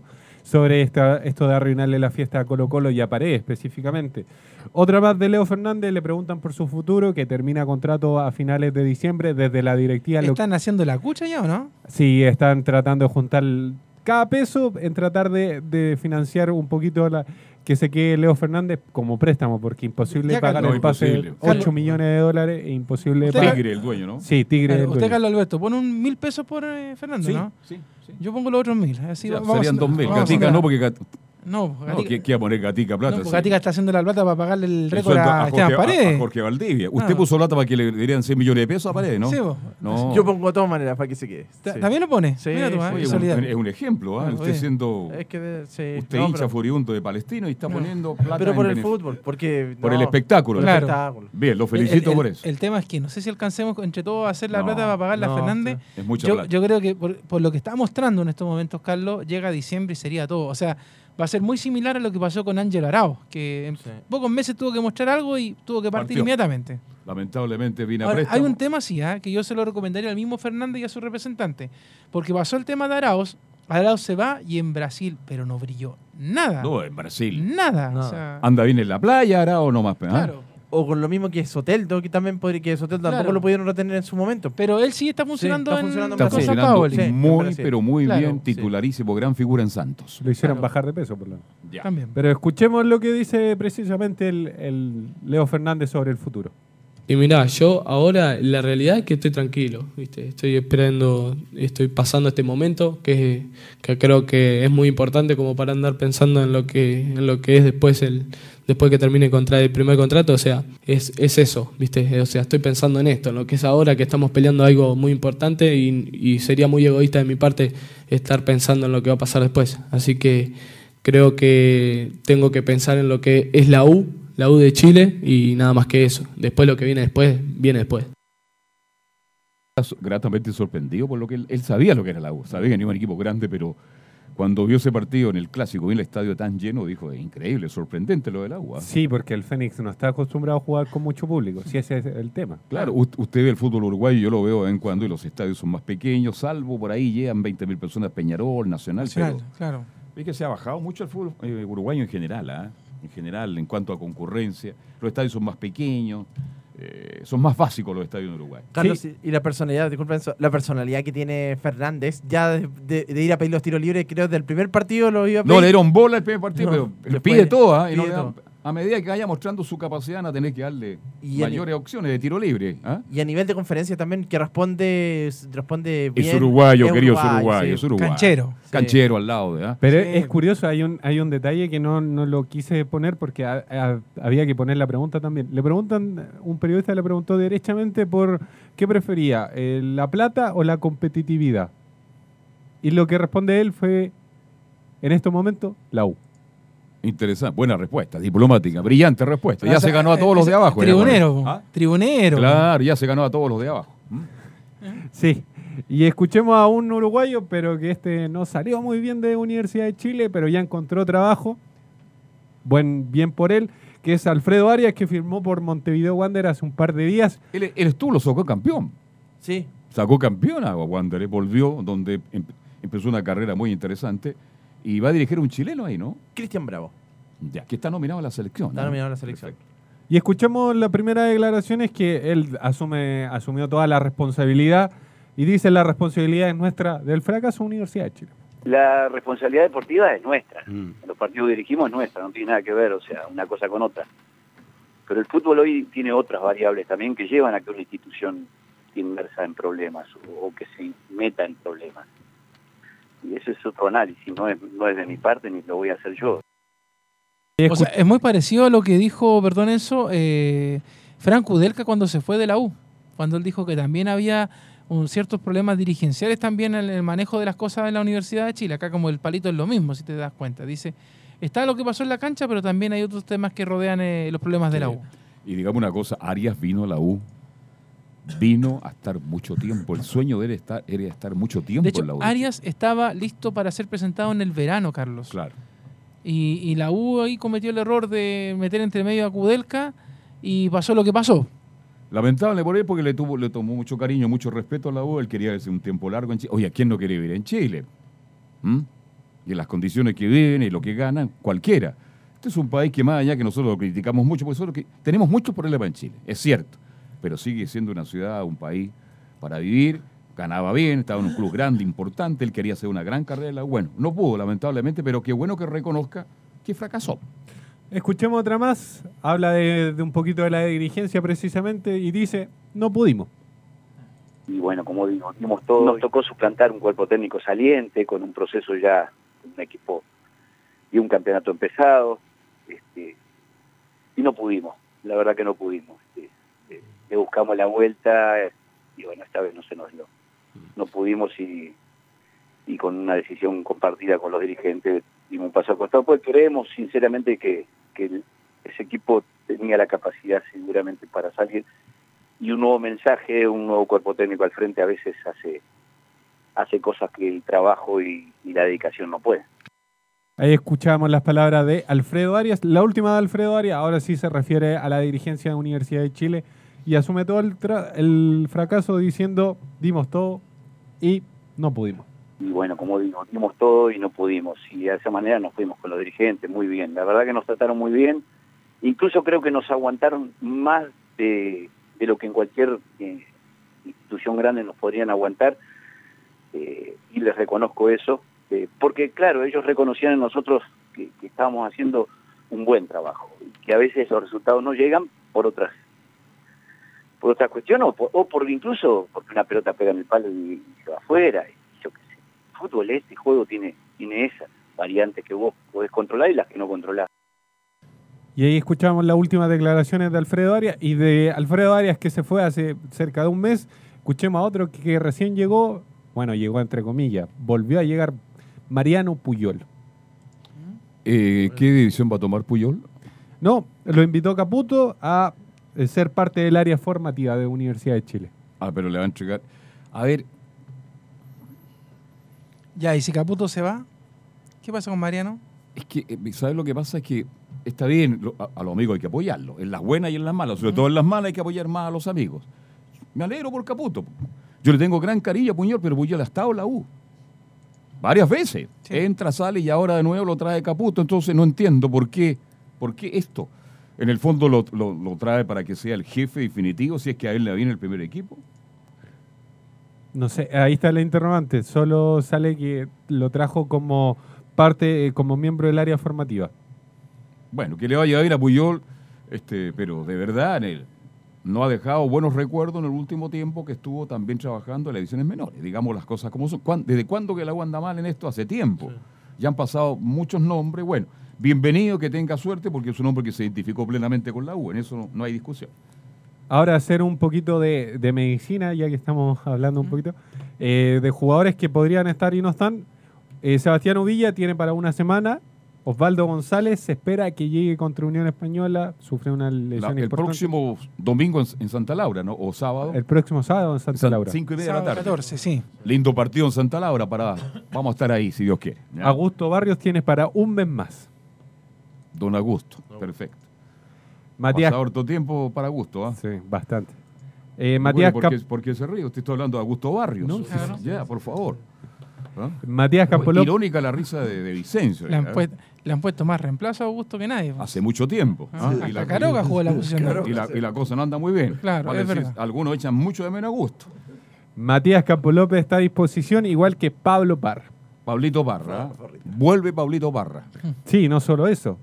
sobre esto de arruinarle la fiesta a Colo-Colo y a Paredes específicamente. Otra más de Leo Fernández, le preguntan por su futuro, que termina contrato a finales de diciembre. Desde la directiva... ¿Están haciendo la cucha ya o no? Sí, están tratando de juntar cada peso en tratar de financiar un poquito que se quede Leo Fernández como préstamo, porque imposible Ya, pagar Carlos. el pase de Imposible. 8 millones de dólares e imposible Usted, pagar. Tigre, el dueño, ¿no? Sí, Tigre el Usted, dueño. Carlos Alberto, pone 1.000 pesos por Fernando, Sí, ¿no? sí. Yo pongo los otros 1.000. Así Ya, vamos serían haciendo- 2.000. vamos Gatica haciendo- no, porque... No, No, Gatica, ¿qué va a poner Gatica plata? no, porque Sí. Gatica está haciendo la plata para pagarle el El récord sueldo a Esteban a Paredes. Jorge Valdivia. Usted No. puso plata para que le dieran 100 millones de pesos a Paredes, ¿no? Sí, vos. No. Yo pongo de todas maneras para que se quede. Sí. ¿También lo pone? Sí, Mira tú, sí. Oye, es solidario. es un ejemplo, ¿ah? Bueno, Usted oye. siendo... Es que sí. Usted No, hincha pero- furibundo de Palestino y está No. poniendo plata Pero por en el beneficio- fútbol, porque... Por no, el espectáculo. por el Claro. espectáculo. Bien, lo felicito por eso. El tema es que no sé si alcancemos entre todos a hacer la No, plata para pagarle a no, Fernández. Es mucha Yo, plata. yo creo que por lo que está mostrando en estos momentos, Carlos, llega diciembre y sería todo. O sea, va a ser muy similar a lo que pasó con Ángel Arao, que en Sí. pocos meses tuvo que mostrar algo y tuvo que partir Partió. inmediatamente. Lamentablemente vine a Ahora, préstamo. hay un tema así, que yo se lo recomendaría al mismo Fernández y a su representante, porque pasó el tema de Arauz se va y en Brasil, pero no brilló nada. No, en Brasil. Nada. No. O sea, Anda bien en la playa, ahora o no más. ¿ah? claro. O con lo mismo que Soteldo, que también podría, que Soteldo tampoco Claro. lo pudieron retener en su momento. Pero él sí está funcionando, está funcionando Está en Brasil. con Sao funcionando Paulo. Sí, en muy, Brasil. pero muy Claro, bien, sí. titularísimo, gran figura en Santos. Lo hicieron Claro. bajar de peso, por lo menos. Ya. También. Pero escuchemos lo que dice precisamente el Leo Fernández sobre el futuro. Y mirá, yo ahora la realidad es que estoy tranquilo, ¿viste? Estoy esperando, estoy pasando este momento que creo que es muy importante como para andar pensando en lo que es después después que termine el primer contrato, o sea, es eso, ¿viste? O sea, estoy pensando en esto, en lo que es ahora, que estamos peleando algo muy importante y sería muy egoísta de mi parte estar pensando en lo que va a pasar después. Así que creo que tengo que pensar en lo que es la U de Chile y nada más que eso. Después lo que viene después. Gratamente sorprendido por lo que él sabía lo que era la U. Sabía que no iba un equipo grande, pero cuando vio ese partido en el Clásico, vi el estadio tan lleno, dijo, es increíble, sorprendente lo del U. ¿Ah? Sí, porque el Fénix no está acostumbrado a jugar con mucho público. Sí, ese es el tema. Claro, usted ve el fútbol uruguayo, yo lo veo de vez en cuando, y los estadios son más pequeños, salvo por ahí llegan 20.000 personas, Peñarol, Nacional, pero Claro. ve que se ha bajado mucho el fútbol uruguayo en general, ¿ah? En general, en cuanto a concurrencia. Los estadios son más pequeños, son más básicos los estadios en Uruguay. Carlos, Sí. y la personalidad, disculpen eso, la personalidad que tiene Fernández, ya de ir a pedir los tiros libres, creo que del primer partido lo iba a pedir. No le dieron bola el primer partido, No, pero después pide todo, ¿ah? Y no pide le dan- todo. a medida que vaya mostrando su capacidad, van a tener que darle Y mayores opciones de tiro libre. ¿Ah? Y a nivel de conferencia también, que responde bien. Es uruguayo, querido, es uruguayo, uruguayo, sí. es uruguayo. Canchero. Canchero al lado de. ¿Ah? Pero Sí. es curioso, hay un detalle que no lo quise poner porque había que poner la pregunta también. Un periodista le preguntó derechamente por qué prefería, la plata o la competitividad. Y lo que responde él fue, en estos momentos, la U. Interesante, buena respuesta, diplomática, brillante respuesta. Ya O sea, se ganó a todos los de abajo. ya, Tribunero. ¿ah? Tribunero. Claro, ya se ganó a todos los de abajo. Sí, y escuchemos a un uruguayo, pero que no salió muy bien de Universidad de Chile, pero ya encontró trabajo. Bien por él, que es Alfredo Arias, que firmó por Montevideo Wanderers hace un par de días. Él estuvo, lo sacó campeón. Sí. Sacó campeón a Wanderers, volvió donde empezó una carrera muy interesante y va a dirigir un chileno ahí, ¿no? Cristian Bravo. Ya, que está nominado a la selección. Está ¿no? nominado a la selección. Perfecto. Y escuchamos la primera declaración, es que él asumió toda la responsabilidad y dice la responsabilidad es nuestra del fracaso de Universidad de Chile. La responsabilidad deportiva es nuestra. Los partidos que dirigimos es nuestra, no tiene nada que ver, o sea, una cosa con otra. Pero el fútbol hoy tiene otras variables también que llevan a que una institución esté inmersa en problemas o que se meta en problemas. Y ese es otro análisis, no es de mi parte ni lo voy a hacer yo. O sea, es muy parecido a lo que dijo, perdón eso, Frank Udelka cuando se fue de la U. Cuando él dijo que también había ciertos problemas dirigenciales también en el manejo de las cosas en la Universidad de Chile. Acá como el palito es lo mismo, si te das cuenta. Dice, está lo que pasó en la cancha, pero también hay otros temas que rodean los problemas de la U. Y digamos una cosa, Arias vino a la U, vino a estar mucho tiempo. El sueño de él era estar mucho tiempo De hecho, en la U. Arias estaba listo para ser presentado en el verano, Carlos. Claro. Y la U ahí cometió el error de meter entre medio a Kudelka y pasó lo que pasó. Lamentable por él porque le tomó mucho cariño, mucho respeto a la U. Él quería hacer un tiempo largo en Chile. Oye, ¿a quién no quiere vivir en Chile? ¿Mm? y en las condiciones que viven y lo que ganan, cualquiera. Este es un país que más allá que nosotros lo criticamos mucho, porque nosotros tenemos muchos problemas en Chile, es cierto, pero sigue siendo una ciudad, un país para vivir, ganaba bien, estaba en un club grande, importante, él quería hacer una gran carrera, bueno, no pudo lamentablemente, pero qué bueno que reconozca que fracasó. Escuchemos otra más, habla de un poquito de la dirigencia precisamente y dice, no pudimos. Y bueno, como digo, dimos todo. Nos tocó suplantar un cuerpo técnico saliente, con un proceso ya, un equipo y un campeonato empezado, y no pudimos, la verdad que no pudimos. Le buscamos la vuelta y bueno, esta vez no se nos dio. No pudimos y con una decisión compartida con los dirigentes dimos un paso al costado, pues creemos sinceramente que ese equipo tenía la capacidad seguramente para salir, y un nuevo mensaje, un nuevo cuerpo técnico al frente a veces hace cosas que el trabajo y la dedicación no pueden. Ahí escuchamos las palabras de Alfredo Arias. La última de Alfredo Arias ahora sí se refiere a la dirigencia de la Universidad de Chile y asume todo el fracaso diciendo dimos todo y no pudimos. Y bueno, como digo, dimos todo y no pudimos, y de esa manera nos fuimos con los dirigentes muy bien. La verdad que nos trataron muy bien, incluso creo que nos aguantaron más de lo que en cualquier institución grande nos podrían aguantar, y les reconozco eso, porque claro, ellos reconocían en nosotros que estábamos haciendo un buen trabajo, y que a veces los resultados no llegan por otras cuestiones, o por incluso porque una pelota pega en el palo y se va afuera. Yo qué sé, el fútbol, este juego tiene esas variantes que vos podés controlar y las que no controlás. Y ahí escuchamos las últimas declaraciones de Alfredo Arias, y de Alfredo Arias, que se fue hace cerca de un mes. Escuchemos a otro que recién llegó, bueno, llegó entre comillas, volvió a llegar, Mariano Puyol. ¿Qué división va a tomar Puyol? No, lo invitó Caputo a ser parte del área formativa de Universidad de Chile. Ah, pero le va a entregar. A ver. Ya, ¿y si Caputo se va? ¿Qué pasa con Mariano? Es que, ¿sabes lo que pasa? Es que está bien, a los amigos hay que apoyarlos, en las buenas y en las malas, sobre todo en las malas hay que apoyar más a los amigos. Me alegro por Caputo. Yo le tengo gran cariño a Puyol, pero Puyol ha estado en la U. Varias veces. Sí. Entra, sale y ahora de nuevo lo trae Caputo, entonces no entiendo por qué esto. En el fondo lo trae para que sea el jefe definitivo, si es que a él le viene el primer equipo. No sé, ahí está la interrogante. Solo sale que lo trajo como parte, como miembro del área formativa. Bueno, que le vaya a ir a Puyol, pero de verdad no ha dejado buenos recuerdos en el último tiempo que estuvo también trabajando en las divisiones menores. Digamos las cosas como son. ¿Desde cuándo que la U anda mal en esto? Hace tiempo. Sí. Ya han pasado muchos nombres. Bueno, bienvenido, que tenga suerte, porque es un hombre que se identificó plenamente con la U. En eso no hay discusión. Ahora hacer un poquito de medicina, ya que estamos hablando un poquito, de jugadores que podrían estar y no están. Sebastián Uvilla tiene para una semana. Osvaldo González se espera que llegue contra Unión Española, sufre una lesión importante. El próximo domingo en Santa Laura, ¿no? O sábado. El próximo sábado en Santa Laura. 5:30 de la tarde. 14, sí. Lindo partido en Santa Laura, vamos a estar ahí, si Dios quiere. ¿Ya? Augusto Barrios tiene para un mes más. Don Augusto, perfecto. Matías. Pasado harto tiempo para Augusto, ¿ah? Sí, bastante. Matías ¿Por qué se ríe? Usted está hablando de Augusto Barrios. No, claro. Ya, por favor. ¿Ah? Matías Campolópez. Irónica la risa de Vicencio. Le han puesto más reemplazo a Augusto que nadie. Hace mucho tiempo. ¿Ah? Y la Caroga jugó la posición. Y la cosa no anda muy bien. Claro, es verdad. Algunos echan mucho de menos a Augusto. Matías Campolópez está a disposición, igual que Pablo Parra. Pablito Parra. Vuelve Pablito Parra. Sí, no solo eso.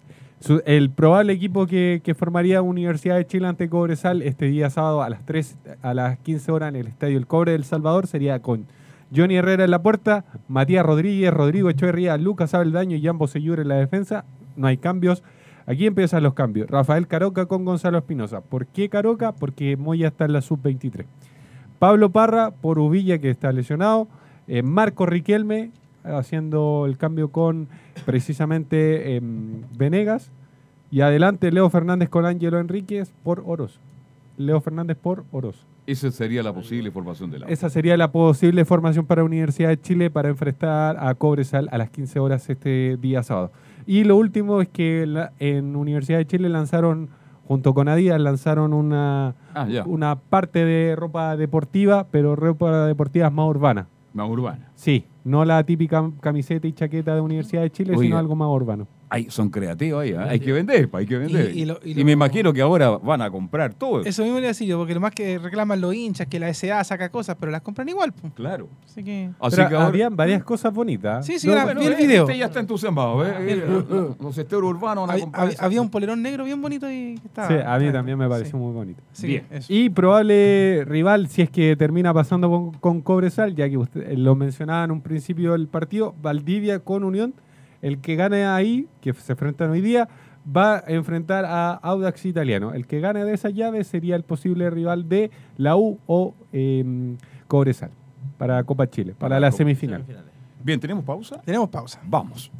El probable equipo que formaría Universidad de Chile ante Cobresal este día sábado a las 15 horas en el Estadio El Cobre del Salvador sería con Johnny Herrera en la puerta, Matías Rodríguez, Rodrigo Echeverría, Lucas Abeldaño y Jan Bosellur en la defensa. No hay cambios. Aquí empiezan los cambios. Rafael Caroca con Gonzalo Espinosa. ¿Por qué Caroca? Porque Moya está en la sub-23. Pablo Parra por Uvilla, que está lesionado. Marco Riquelme haciendo el cambio con precisamente Venegas. Y adelante Leo Fernández con Ángelo Enríquez por Oroz. Leo Fernández por Oroz. Esa sería la posible formación de la U. Esa sería la posible formación para Universidad de Chile para enfrentar a Cobresal a las 15 horas este día sábado. Y lo último es que en Universidad de Chile lanzaron, junto con Adidas, lanzaron una parte de ropa deportiva, pero ropa deportiva más urbana. Más urbana. Sí, no la típica camiseta y chaqueta de Universidad de Chile, Oiga. sino algo más urbano. Son creativos ahí, ¿eh? Hay que vender, hay que vender. Y Me imagino que ahora van a comprar todo. Eso mismo le iba a decir yo, porque lo más que reclaman los hinchas, que la SA saca cosas, pero las compran igual. Pues. Claro. Así que... Pero habían varias cosas bonitas. Sí, vi el video. Usted ya está entusiasmado, los esteros urbanos van a comprar. Había un polerón negro bien bonito y estaba... Sí, a mí también me pareció muy bonito. Sí, bien. Y probable rival, si es que termina pasando con Cobresal, ya que usted lo mencionaba en un principio del partido, Valdivia con Unión. El que gane ahí, que se enfrentan hoy día, va a enfrentar a Audax Italiano. El que gane de esa llave sería el posible rival de la U o Cobresal para Copa Chile, para la semifinal. Bien, ¿tenemos pausa? Tenemos pausa. Vamos.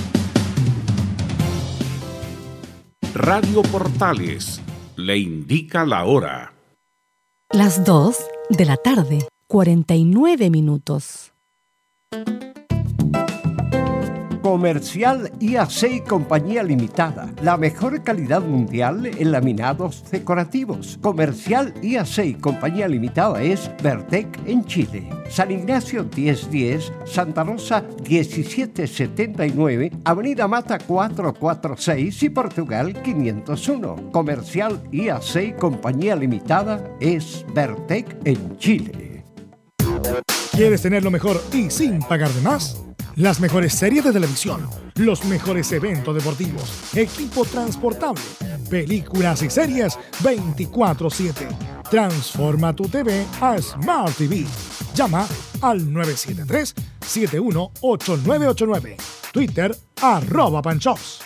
Radio Portales le indica la hora. Las 2 de la tarde, 49 minutos. Comercial IAC y Compañía Limitada. La mejor calidad mundial en laminados decorativos. Comercial IAC y Compañía Limitada es Vertec en Chile. San Ignacio 1010, Santa Rosa 1779, Avenida Mata 446 y Portugal 501. Comercial IAC y Compañía Limitada es Vertec en Chile. ¿Quieres tener lo mejor y sin pagar de más? Las mejores series de televisión, los mejores eventos deportivos, equipo transportable, películas y series 24/7. Transforma tu TV a Smart TV. Llama al 973-718989. Twitter @Panchops.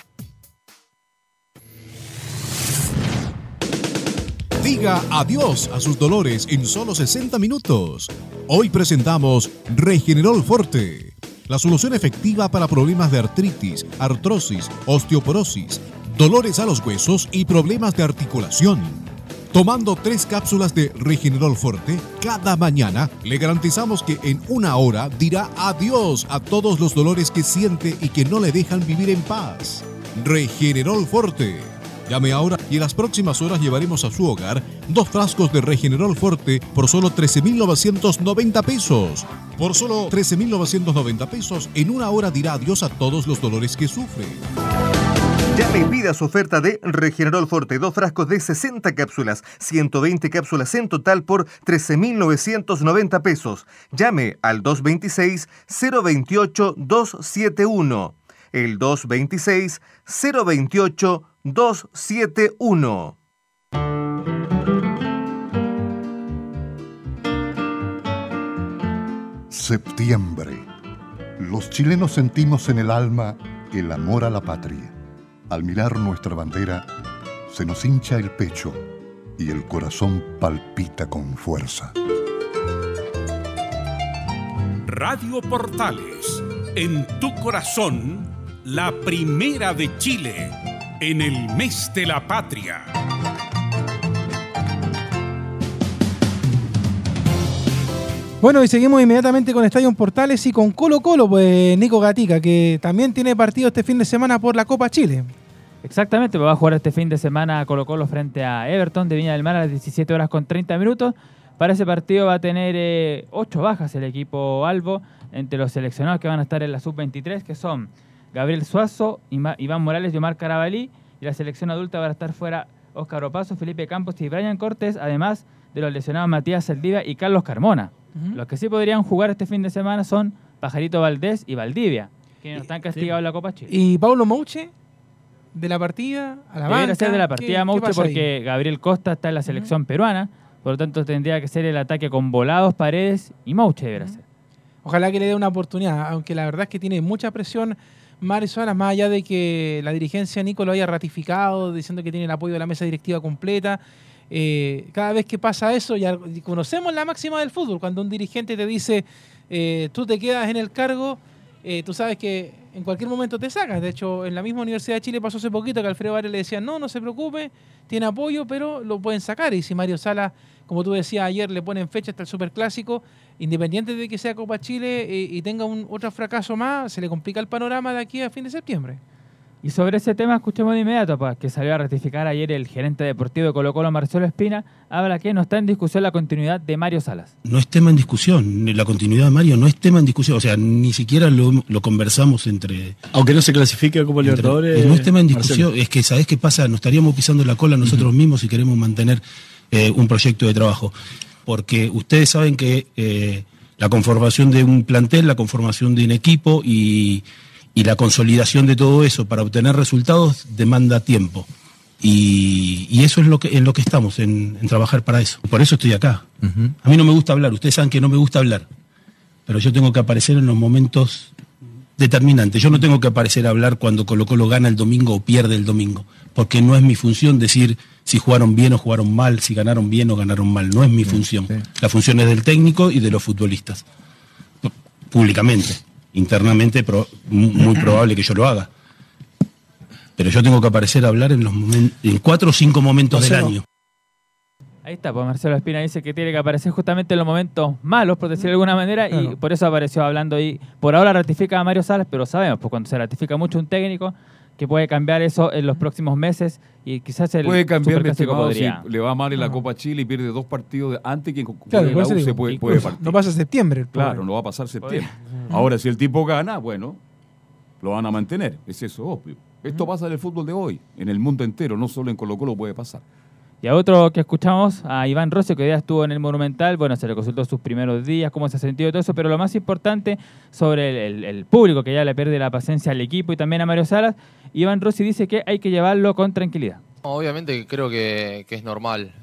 Diga adiós a sus dolores en solo 60 minutos. Hoy presentamos Regenerol Forte, la solución efectiva para problemas de artritis, artrosis, osteoporosis, dolores a los huesos y problemas de articulación. Tomando 3 cápsulas de Regenerol Forte cada mañana, le garantizamos que en 1 hora dirá adiós a todos los dolores que siente y que no le dejan vivir en paz. Regenerol Forte. Llame ahora y en las próximas horas llevaremos a su hogar 2 frascos de Regenerol Forte por solo 13.990 pesos. Por solo 13.990 pesos, en 1 hora dirá adiós a todos los dolores que sufre. Llame y pida su oferta de Regenerol Forte, 2 frascos de 60 cápsulas, 120 cápsulas en total por 13.990 pesos. Llame al 226-028-271. El 226-028-271. Septiembre. Los chilenos sentimos en el alma el amor a la patria. Al mirar nuestra bandera, se nos hincha el pecho y el corazón palpita con fuerza. Radio Portales, en tu corazón, la primera de Chile, en el mes de la patria. Bueno, y seguimos inmediatamente con Estadio Portales y con Colo Colo, pues Nico Gatica, que también tiene partido este fin de semana por la Copa Chile. Exactamente, va a jugar este fin de semana Colo Colo frente a Everton de Viña del Mar a las 17 horas con 30 minutos. Para ese partido va a tener 8 bajas el equipo albo, entre los seleccionados que van a estar en la sub-23, que son Gabriel Suazo, Iván Morales y Omar Carabalí, y la selección adulta va a estar fuera Óscar Opaso, Felipe Campos y Brian Cortés, además de los lesionados Matías Saldivia y Carlos Carmona. Los que sí podrían jugar este fin de semana son Pajarito Valdés y Valdivia, que no están castigados en la Copa Chile. ¿Y Paulo Mouche? ¿De la partida a la banca? Debería ser de la partida Mouche porque ahí? Gabriel Costa está en la selección peruana, por lo tanto tendría que ser el ataque con Volados, Paredes y Mouche debería ser. Ojalá que le dé una oportunidad, aunque la verdad es que tiene mucha presión Mario Salas, más allá de que la dirigencia Nico lo haya ratificado, diciendo que tiene el apoyo de la mesa directiva completa. Cada vez que pasa eso, ya conocemos la máxima del fútbol, cuando un dirigente te dice tú te quedas en el cargo, tú sabes que en cualquier momento te sacas. De hecho, en la misma Universidad de Chile pasó hace poquito que Alfredo Varela le decía no se preocupe, tiene apoyo, pero lo pueden sacar. Y si Mario Salas, como tú decías ayer, le ponen fecha hasta el Superclásico, independiente de que sea Copa Chile y tenga otro fracaso más, se le complica el panorama de aquí a fin de septiembre. Y sobre ese tema, escuchemos de inmediato, pues, que salió a ratificar ayer el gerente deportivo de Colo-Colo, Marcelo Espina, habla que no está en discusión la continuidad de Mario Salas. No es tema en discusión, la continuidad de Mario no es tema en discusión, o sea, ni siquiera lo conversamos entre... Aunque no se clasifique como Libertadores... No es tema en discusión, Marcelo. es que, ¿sabés qué pasa? Nos estaríamos pisando la cola nosotros mismos si queremos mantener un proyecto de trabajo. Porque ustedes saben que la conformación de un plantel, la conformación de un equipo y la consolidación de todo eso para obtener resultados demanda tiempo. Y eso es en lo que estamos, en trabajar para eso. Por eso estoy acá. A mí no me gusta hablar, ustedes saben que no me gusta hablar, pero yo tengo que aparecer en los momentos determinantes. Yo no tengo que aparecer a hablar cuando Colo-Colo gana el domingo o pierde el domingo, porque no es mi función decir si jugaron bien o jugaron mal, si ganaron bien o ganaron mal. No es mi función. La función es del técnico y de los futbolistas. Públicamente. Internamente muy probable que yo lo haga. Pero yo tengo que aparecer a hablar en 4 o 5 momentos del año. Ahí está, pues Marcelo Espina dice que tiene que aparecer justamente en los momentos malos, por decirlo de alguna manera, y por eso apareció hablando y por ahora ratifica a Mario Salas, pero sabemos, pues cuando se ratifica mucho un técnico, que puede cambiar eso en los próximos meses y quizás el puede cambiar, Superclásico podría. Si le va mal en la Copa Chile y pierde 2 partidos antes que claro, la U se puede partir. No pasa septiembre. Claro, no va a pasar septiembre. Ahora, si el tipo gana, bueno, lo van a mantener. Es eso, obvio. Esto pasa en el fútbol de hoy, en el mundo entero, no solo en Colo-Colo puede pasar. Y a otro que escuchamos, a Iván Rossi, que hoy día estuvo en el Monumental, bueno, se le consultó sus primeros días, cómo se ha sentido y todo eso, pero lo más importante sobre el público, que ya le pierde la paciencia al equipo y también a Mario Salas, Iván Rossi dice que hay que llevarlo con tranquilidad. Obviamente creo que es normal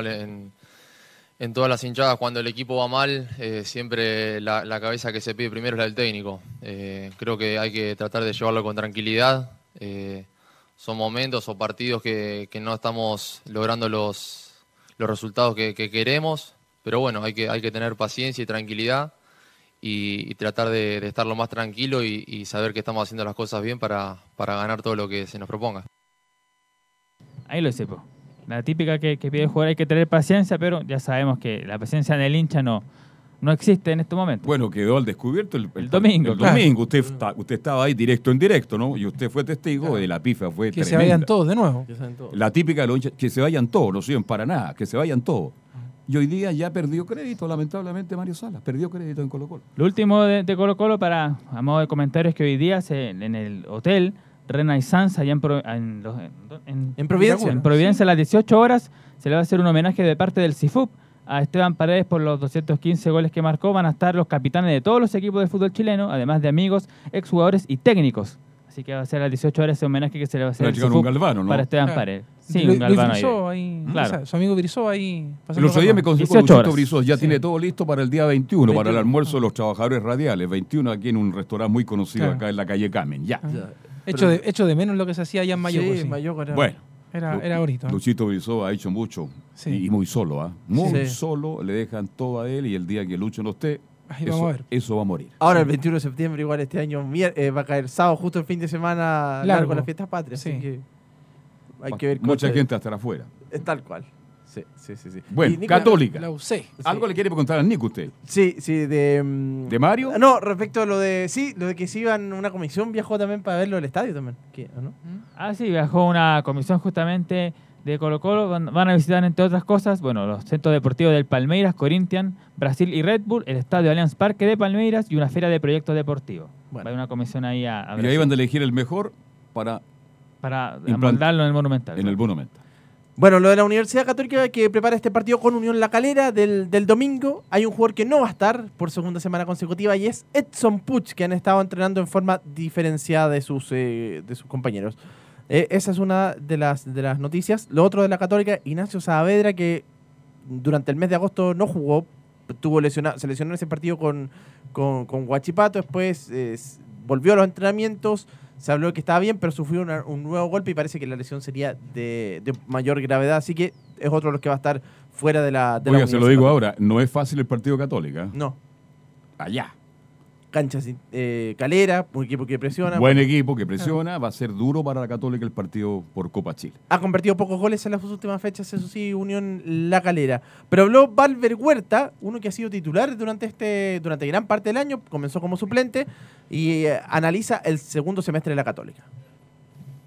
en todas las hinchadas cuando el equipo va mal, siempre la cabeza que se pide primero es la del técnico. Creo que hay que tratar de llevarlo con tranquilidad. Son momentos o partidos que no estamos logrando los resultados que queremos, pero bueno, hay que tener paciencia y tranquilidad y tratar de estar lo más tranquilo y saber que estamos haciendo las cosas bien para ganar todo lo que se nos proponga. Ahí lo sepo. La típica que pide el jugador, hay que tener paciencia, pero ya sabemos que la paciencia en el hincha no existe en este momento. Bueno, quedó al descubierto el domingo. El domingo, usted estaba ahí directo en directo, ¿no? Y usted fue testigo de la pifia, fue que tremenda. Se vayan todos de nuevo. La típica de los hinchas, que se vayan todos, no sirven para nada, que se vayan todos. Y hoy día ya perdió crédito, lamentablemente, Mario Salas, perdió crédito en Colo-Colo. Lo último de Colo-Colo, a modo de comentario, es que hoy día en el hotel Renaissance, allá en Providencia. En Providencia, a las 18 horas, se le va a hacer un homenaje de parte del CIFUP a Esteban Paredes por los 215 goles que marcó. Van a estar los capitanes de todos los equipos del fútbol chileno, además de amigos, exjugadores y técnicos. Así que va a ser a las 18 horas ese homenaje que se le va a hacer al CIFUP Galvano, ¿no? para Esteban Paredes. Sí, un Galvano ahí. Claro. Su amigo Brizó ahí. El otro día me conseguí con Luchito Brizó, ya tiene todo listo para el día 21, para el almuerzo de los trabajadores radiales. 21 aquí en un restaurante muy conocido acá en la calle Camen. Ya. Hecho de menos lo que se hacía allá en Mayoco. Sí, Mayoco era... Bueno. Era bonito. Luchito Brizó ha hecho mucho y muy solo, muy solo, le dejan todo a él y el día que Lucho no esté, eso va a morir. Ahora el 21 de septiembre, igual este año, va a caer sábado, justo el fin de semana largo con las fiestas patrias, así que hay que ver. Mucha gente estará afuera. Es tal cual. Sí. Bueno, Católica. La UC. ¿Algo le quiere contar a Nico usted? Sí, ¿De Mario? No, respecto a lo de que se iban, una comisión viajó también para verlo del estadio también. ¿No? Sí, viajó una comisión justamente de Colo-Colo. Van a visitar, entre otras cosas, los centros deportivos del Palmeiras, Corinthians, Brasil y Red Bull, el estadio Allianz Parque de Palmeiras y una feria de proyectos deportivos. Va a haber una comisión ahí a Brasil. Y ahí van a elegir el mejor para amoldarlo en el Monumental. En el Monumental. Bueno, lo de la Universidad Católica que prepara este partido con Unión La Calera del domingo. Hay un jugador que no va a estar por segunda semana consecutiva y es Edson Puch, que han estado entrenando en forma diferenciada de sus compañeros. Esa es una de las noticias. Lo otro de la Católica, Ignacio Saavedra, que durante el mes de agosto no jugó, se lesionó en ese partido con Huachipato, después volvió a los entrenamientos. Se habló que estaba bien, pero sufrió un nuevo golpe y parece que la lesión sería de mayor gravedad. Así que es otro de los que va a estar fuera de la Oiga, se lo digo ahora, no es fácil el partido Católica. No. Allá. Cancha Calera, un equipo que presiona. Buen equipo que presiona, va a ser duro para la Católica el partido por Copa Chile. Ha convertido pocos goles en las últimas fechas, eso sí, Unión La Calera. Pero habló Valver Huerta, uno que ha sido titular durante gran parte del año, comenzó como suplente y analiza el segundo semestre de la Católica.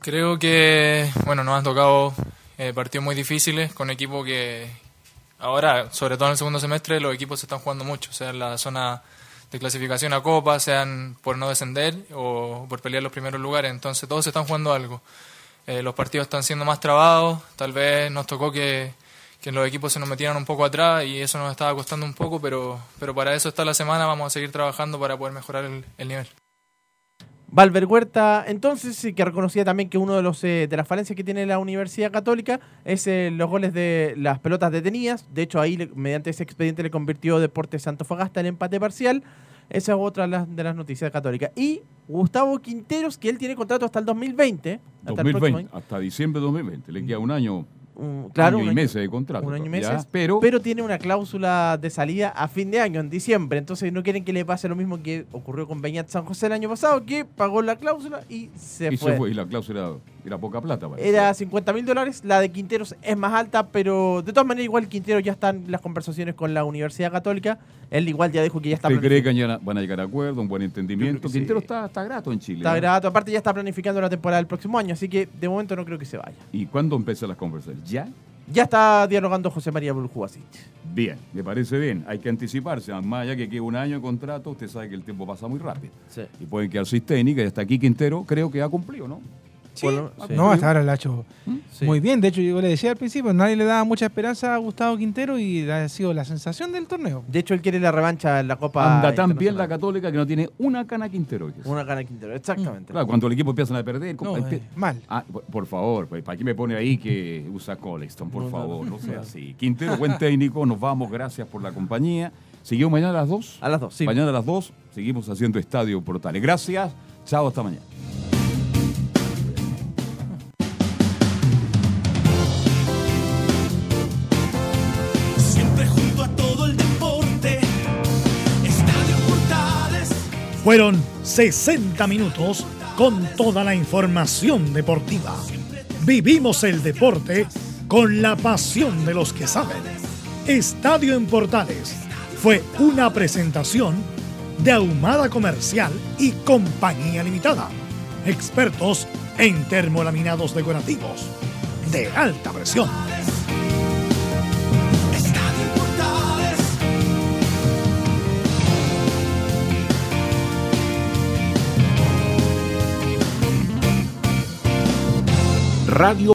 Creo que, bueno, nos han tocado partidos muy difíciles con equipos que ahora, sobre todo en el segundo semestre, los equipos se están jugando mucho, sea en la zona de clasificación a Copa, sean por no descender o por pelear los primeros lugares, entonces todos se están jugando algo. Los partidos están siendo más trabados, tal vez nos tocó que los equipos se nos metieran un poco atrás y eso nos estaba costando un poco, pero para eso está la semana, vamos a seguir trabajando para poder mejorar el nivel. Valver Huerta, entonces, sí, que reconocía también que uno de las falencias que tiene la Universidad Católica es los goles de las pelotas detenidas. De hecho, ahí, mediante ese expediente, le convirtió Deportes Antofagasta en empate parcial. Esa es otra de las noticias de Católica. Y Gustavo Quinteros, que él tiene contrato hasta el 2020. Hasta diciembre de 2020. Le queda un año. Claro, año y meses de contrato. Un año y meses, ya, pero tiene una cláusula de salida a fin de año, en diciembre. Entonces no quieren que le pase lo mismo que ocurrió con Beñat San José el año pasado, que pagó la cláusula y se fue. Y la cláusula era poca plata. Parece. Era $50.000. La de Quinteros es más alta, pero de todas maneras igual Quinteros ya están en las conversaciones con la Universidad Católica. Él igual ya dijo que ya está planificando. ¿Cree que ya van a llegar a acuerdo, un buen entendimiento? Quinteros sí. está grato en Chile. Está grato. Aparte ya está planificando la temporada del próximo año, así que de momento no creo que se vaya. ¿Y cuándo empiezan las conversaciones? ¿Ya? Ya está dialogando José María Buljubasic. Bien, me parece bien. Hay que anticiparse. Más allá que quede un año de contrato, usted sabe que el tiempo pasa muy rápido. Sí. Y pueden quedar seis técnicas y hasta aquí Quintero creo que ha cumplido, ¿no? Sí. No, hasta ahora lo ha hecho muy bien. De hecho, yo le decía al principio, nadie le daba mucha esperanza a Gustavo Quintero y ha sido la sensación del torneo. De hecho, él quiere la revancha en la Copa. Anda tan bien la Católica que no tiene una cana Quintero. Una cana Quintero, exactamente. Claro, cuando el equipo empiezan a perder. Mal. Por favor, ¿para qué me pone ahí que usa Colexton? Por favor, no sea así. Quintero, buen técnico, nos vamos, gracias por la compañía. ¿Seguimos mañana a las 2? A las 2, sí. Mañana a las 2 seguimos haciendo Estadio Portales. Gracias, chao, hasta mañana. Fueron 60 minutos con toda la información deportiva. Vivimos el deporte con la pasión de los que saben. Estadio en Portales fue una presentación de Ahumada Comercial y Compañía Limitada. Expertos en termolaminados decorativos de alta presión. Radio